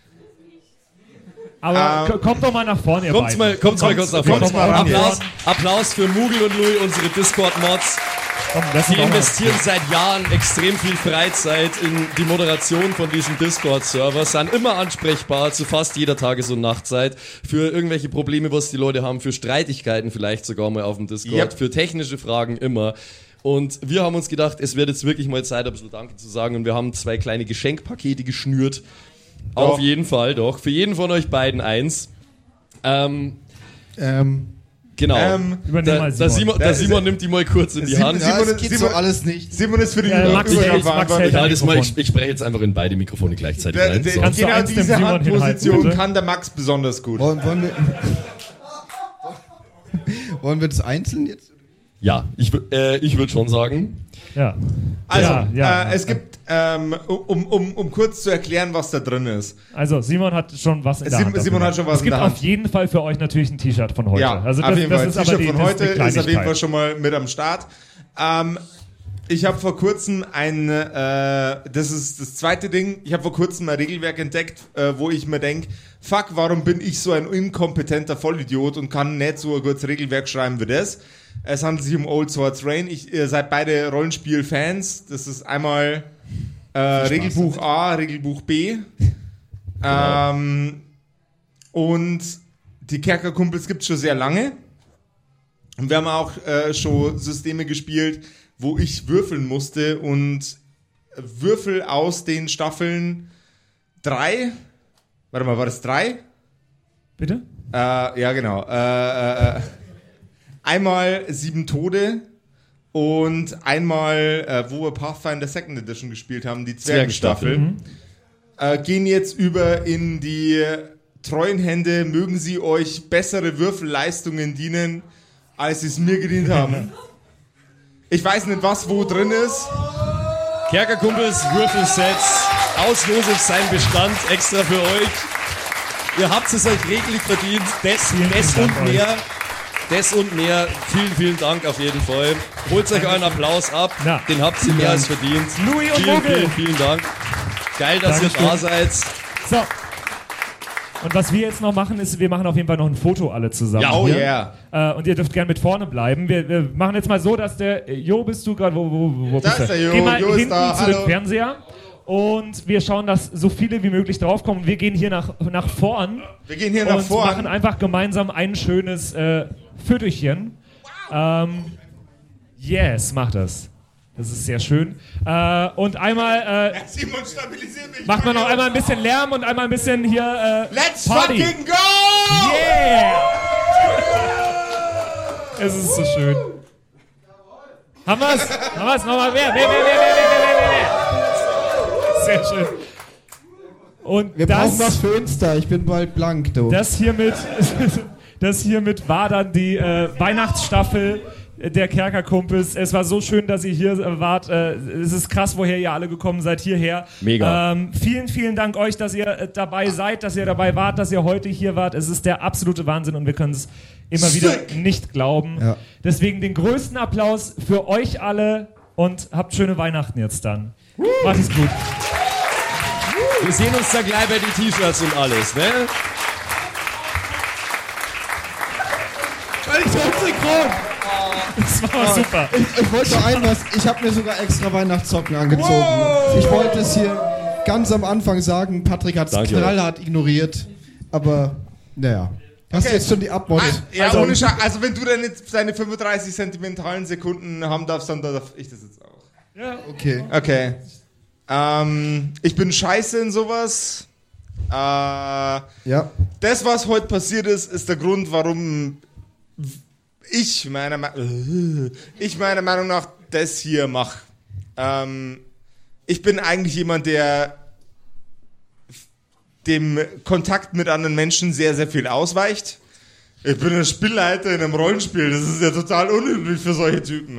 S2: Aber kommt doch mal nach vorne, ihr
S3: Kommt mal kurz nach vorne. Applaus für Moogle und Louis, unsere Discord-Mods. Die investieren seit Jahren extrem viel Freizeit in die Moderation von diesem Discord-Server, sind immer ansprechbar zu fast jeder Tages- und Nachtzeit für irgendwelche Probleme, was die Leute haben, für Streitigkeiten vielleicht sogar mal auf dem Discord, für technische Fragen immer. Und wir haben uns gedacht, es wird jetzt wirklich mal Zeit, ein bisschen Danke zu sagen, und wir haben 2 kleine Geschenkpakete geschnürt. Doch. Auf jeden Fall, doch. Für jeden von euch beiden eins. Genau. Der Simon nimmt die mal kurz in die Hand.
S8: Das geht so alles nicht.
S1: Simon ist für die
S3: Max ich spreche jetzt einfach in beide Mikrofone gleichzeitig rein. So.
S1: Genau diese Handposition kann der Max besonders gut.
S8: Wollen wir das einzeln jetzt?
S3: Ja, ich würde schon sagen.
S2: Ja.
S1: Also, es gibt, um kurz zu erklären, was da drin ist.
S2: Also, Simon hat schon was in der Hand.
S1: Simon hat schon was in der Hand.
S2: Es gibt auf jeden Fall für euch natürlich ein T-Shirt von heute.
S1: Ja,
S2: also
S1: auf jeden Fall.
S2: Das
S1: T-Shirt von heute ist auf jeden Fall schon mal mit am Start. Ich habe vor kurzem das ist das zweite Ding, ich habe vor kurzem ein Regelwerk entdeckt, wo ich mir denke, fuck, warum bin ich so ein inkompetenter Vollidiot und kann nicht so ein gutes Regelwerk schreiben wie das. Es handelt sich um Old Swords Reign. Ihr seid beide Rollenspiel-Fans. Das ist einmal Regelbuch A, Regelbuch B. Und die Kerkerkumpels gibt es schon sehr lange. Und wir haben auch schon Systeme gespielt, wo ich würfeln musste und Würfel aus den Staffeln 3. Warte mal, war das 3?
S2: Bitte?
S1: Ja, genau. Einmal 7 Tode und einmal, wo wir Pathfinder Second Edition gespielt haben, die Zwergenstaffel. Gehen jetzt über in die treuen Hände. Mögen sie euch bessere Würfelleistungen dienen, als sie es mir gedient haben. Ich weiß nicht, was wo drin ist.
S3: Kerkerkumpels Würfelsets aus Josef sein Bestand extra für euch. Ihr habt es euch reglich verdient. Das und mehr. Vielen, vielen Dank auf jeden Fall. Holt euch euren Applaus ab. Ja. Den habt ihr mehr als verdient.
S2: Louis und Vogel.
S3: Vielen Dank. Geil, dass ihr da seid.
S2: So. Und was wir jetzt noch machen, ist, wir machen auf jeden Fall noch ein Foto alle zusammen.
S1: Ja, oh yeah.
S2: Und ihr dürft gerne mit vorne bleiben. Wir machen jetzt mal so, dass der Jo, bist du gerade, wo bist du?
S1: Ist der Jo.
S2: Geh mal
S1: Jo
S2: hinten
S1: da.
S2: zu dem Fernseher. Und wir schauen, dass so viele wie möglich draufkommen. Wir gehen hier nach vorn.
S1: Wir gehen hier nach vorn.
S2: Und machen einfach gemeinsam ein schönes Fötterchen. Yes, mach das. Das ist sehr schön. Und einmal
S1: Simon, stabilisiert mich.
S2: macht man noch einmal ein bisschen Lärm und einmal ein bisschen hier
S1: Let's
S2: Party.
S1: fucking go!
S2: Yeah! Es ist so schön. Haben wir's? Nochmal mehr. Sehr schön. Und
S8: wir brauchen was für Insta. Ich bin bald blank, du.
S2: Das hiermit war dann die Weihnachtsstaffel der Kerkerkumpels. Es war so schön, dass ihr hier wart. Es ist krass, woher ihr alle gekommen seid hierher.
S3: Mega.
S2: Vielen, vielen Dank euch, dass ihr dabei seid, dass ihr dabei wart, dass ihr heute hier wart. Es ist der absolute Wahnsinn und wir können es immer wieder nicht glauben. Ja. Deswegen den größten Applaus für euch alle und habt schöne Weihnachten jetzt dann. Macht es gut.
S3: Wir sehen uns da gleich bei den T-Shirts und alles, ne?
S2: Das war super.
S8: Ich wollte noch was. Ich habe mir sogar extra Weihnachtssocken angezogen. Wow. Ich wollte es hier ganz am Anfang sagen. Patrick hat es knallhart ignoriert. Aber, naja. Hast du jetzt schon die Abmod?
S1: Also wenn du deine 35 sentimentalen Sekunden haben darfst, dann darf ich das jetzt auch.
S2: Ja.
S1: Okay. Ich bin scheiße in sowas.
S8: Ja.
S1: Das, was heute passiert ist der Grund, warum ich meiner Meinung nach das hier mache. Ich bin eigentlich jemand, der dem Kontakt mit anderen Menschen sehr, sehr viel ausweicht. Ich bin ein Spielleiter in einem Rollenspiel, das ist ja total unüblich für solche Typen.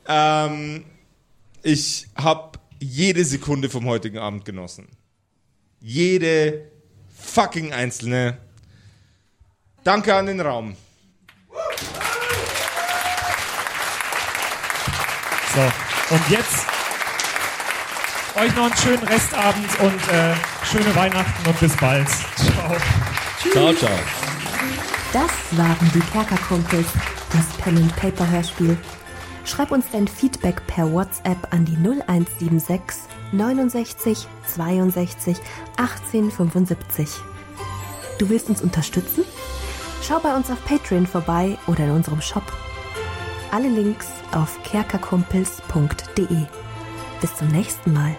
S1: Ich habe jede Sekunde vom heutigen Abend genossen. Jede fucking einzelne. Danke an den Raum.
S2: So, und jetzt euch noch einen schönen Restabend und schöne Weihnachten und bis bald. Ciao.
S3: Ciao, ciao.
S7: Das waren die Kerkerkumpels, das Pen-and-Paper-Hörspiel. Schreib uns dein Feedback per WhatsApp an die 0176 69 62 18 75. Du willst uns unterstützen? Schau bei uns auf Patreon vorbei oder in unserem Shop. Alle Links auf kerkerkumpels.de. Bis zum nächsten Mal.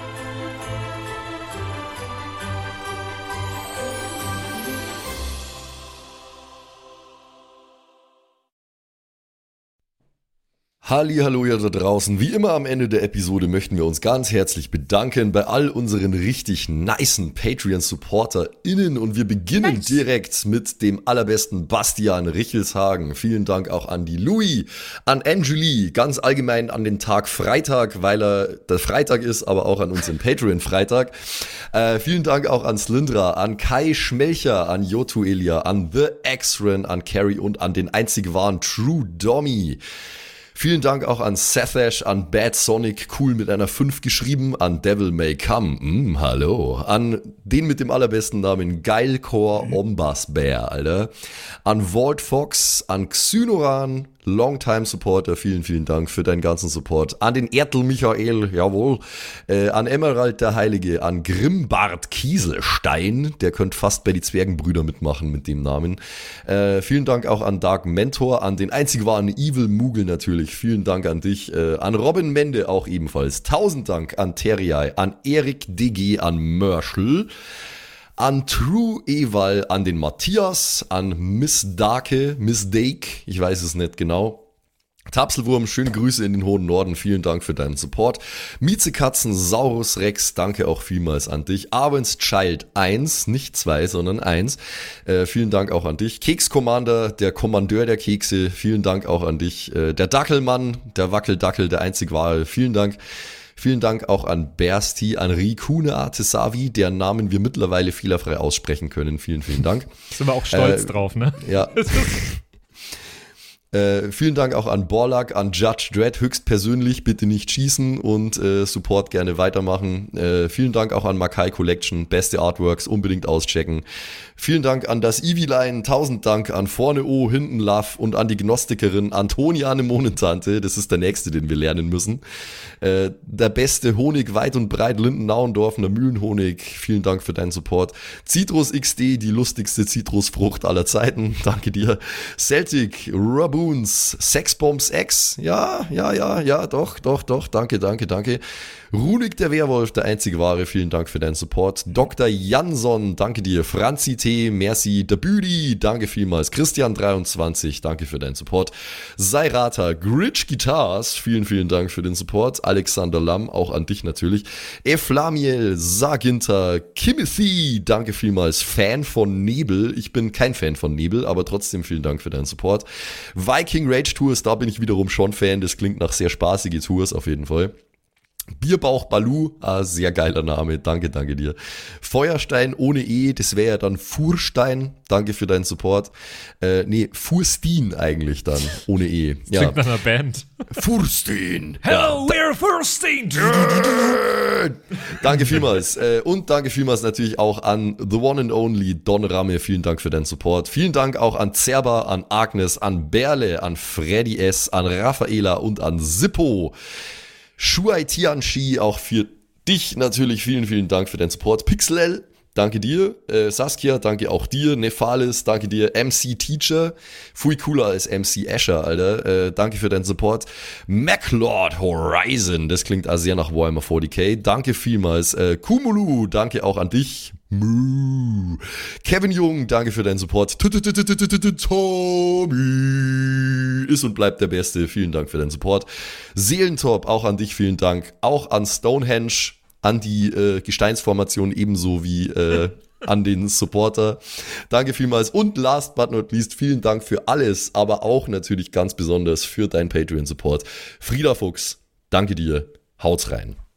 S3: Hallihallo ihr da draußen. Wie immer am Ende der Episode möchten wir uns ganz herzlich bedanken bei all unseren richtig nicen Patreon-SupporterInnen und wir beginnen direkt mit dem allerbesten Bastian Richelshagen. Vielen Dank auch an die Louis, an Angeli, ganz allgemein an den Tag Freitag, weil er der Freitag ist, aber auch an uns im Patreon-Freitag. Vielen Dank auch an Slindra, an Kai Schmelcher, an Jotu Elia, an The X-Ren, an Carrie und an den einzig wahren True Dommy. Vielen Dank auch an Sethash, an Bad Sonic, cool mit einer 5 geschrieben, an Devil May Come, hallo, an den mit dem allerbesten Namen Geilcore Ombas Bear, Alter, an Vault Fox, an Xynoran, Longtime Supporter, vielen, vielen Dank für deinen ganzen Support, an den Ertel Michael, jawohl, an Emerald der Heilige, an Grimbart Kieselstein, der könnte fast bei die Zwergenbrüder mitmachen mit dem Namen, vielen Dank auch an Dark Mentor, an den einzig wahren Evil Moogle natürlich, vielen Dank an dich, an Robin Mende auch ebenfalls, 1000 Dank an Terriai, an Erik DG, an Mörschel, an True Eval, an den Matthias, an Miss Dake, ich weiß es nicht genau. Tapselwurm, schöne Grüße in den hohen Norden, vielen Dank für deinen Support. Miezekatzen, Saurus Rex, danke auch vielmals an dich. Abends Child 1, nicht 2, sondern 1, vielen Dank auch an dich. Keks Commander, der Kommandeur der Kekse, vielen Dank auch an dich. Der Dackelmann, der Wackeldackel, der einzig wahre, vielen Dank. Vielen Dank auch an Bersti, an Rikune Artesavi, deren Namen wir mittlerweile fehlerfrei aussprechen können. Vielen, vielen Dank.
S2: Sind wir auch stolz drauf, ne?
S3: Ja. Vielen Dank auch an Borlak, an Judge Dredd, höchstpersönlich, bitte nicht schießen und Support gerne weitermachen. Vielen Dank auch an Makai Collection, beste Artworks, unbedingt auschecken. Vielen Dank an das Eviline, 1000 Dank an Vorne O, Hinten Love und an die Gnostikerin Antoniane Monentante, das ist der nächste, den wir lernen müssen. Der beste Honig weit und breit, Linden-Nauendorfener Mühlenhonig, vielen Dank für deinen Support. Citrus XD, die lustigste Zitrusfrucht aller Zeiten, danke dir. Celtic, Raboons, Sexbombs X, ja, doch, danke. Runik der Werwolf, der einzige wahre, vielen Dank für deinen Support. Dr. Jansson, danke dir. Franzi T, merci. Der Büdi, danke vielmals. Christian23, danke für deinen Support. Sairata, Gritch Guitars, vielen, vielen Dank für den Support. Alexander Lamm, auch an dich natürlich. Eflamiel, Saginter, Kimothy, danke vielmals. Fan von Nebel, ich bin kein Fan von Nebel, aber trotzdem vielen Dank für deinen Support. Viking Rage Tours, da bin ich wiederum schon Fan, das klingt nach sehr spaßige Tours auf jeden Fall. Bierbauch Balu, sehr geiler Name, danke dir. Feuerstein ohne E, das wäre ja dann Furstein, danke für deinen Support. Furstin eigentlich dann, ohne E.
S2: Das klingt nach einer Band.
S3: Furstin.
S2: Hello, we're Furstin.
S3: Danke vielmals. Und danke vielmals natürlich auch an The One and Only Don Ramme, vielen Dank für deinen Support. Vielen Dank auch an Zerba, an Agnes, an Berle, an Freddy S., an Raffaela und an Sippo. Shuai Tianchi, auch für dich natürlich vielen, vielen Dank für deinen Support. Pixel, danke dir. Saskia, danke auch dir. Nephalis, danke dir. MC Teacher, viel cooler als MC Asher, Alter. Danke für deinen Support. MacLord Horizon, das klingt also sehr nach Warhammer 40k. Danke vielmals. Kumulu, danke auch an dich. Kevin Jung, danke für deinen Support. Tommy ist und bleibt der Beste. Vielen Dank für deinen Support. Seelentop, auch an dich vielen Dank. Auch an Stonehenge, an die Gesteinsformation ebenso wie an den Supporter. Danke vielmals. Und last but not least, vielen Dank für alles, aber auch natürlich ganz besonders für deinen Patreon-Support. Frieda Fuchs, danke dir. Haut's rein.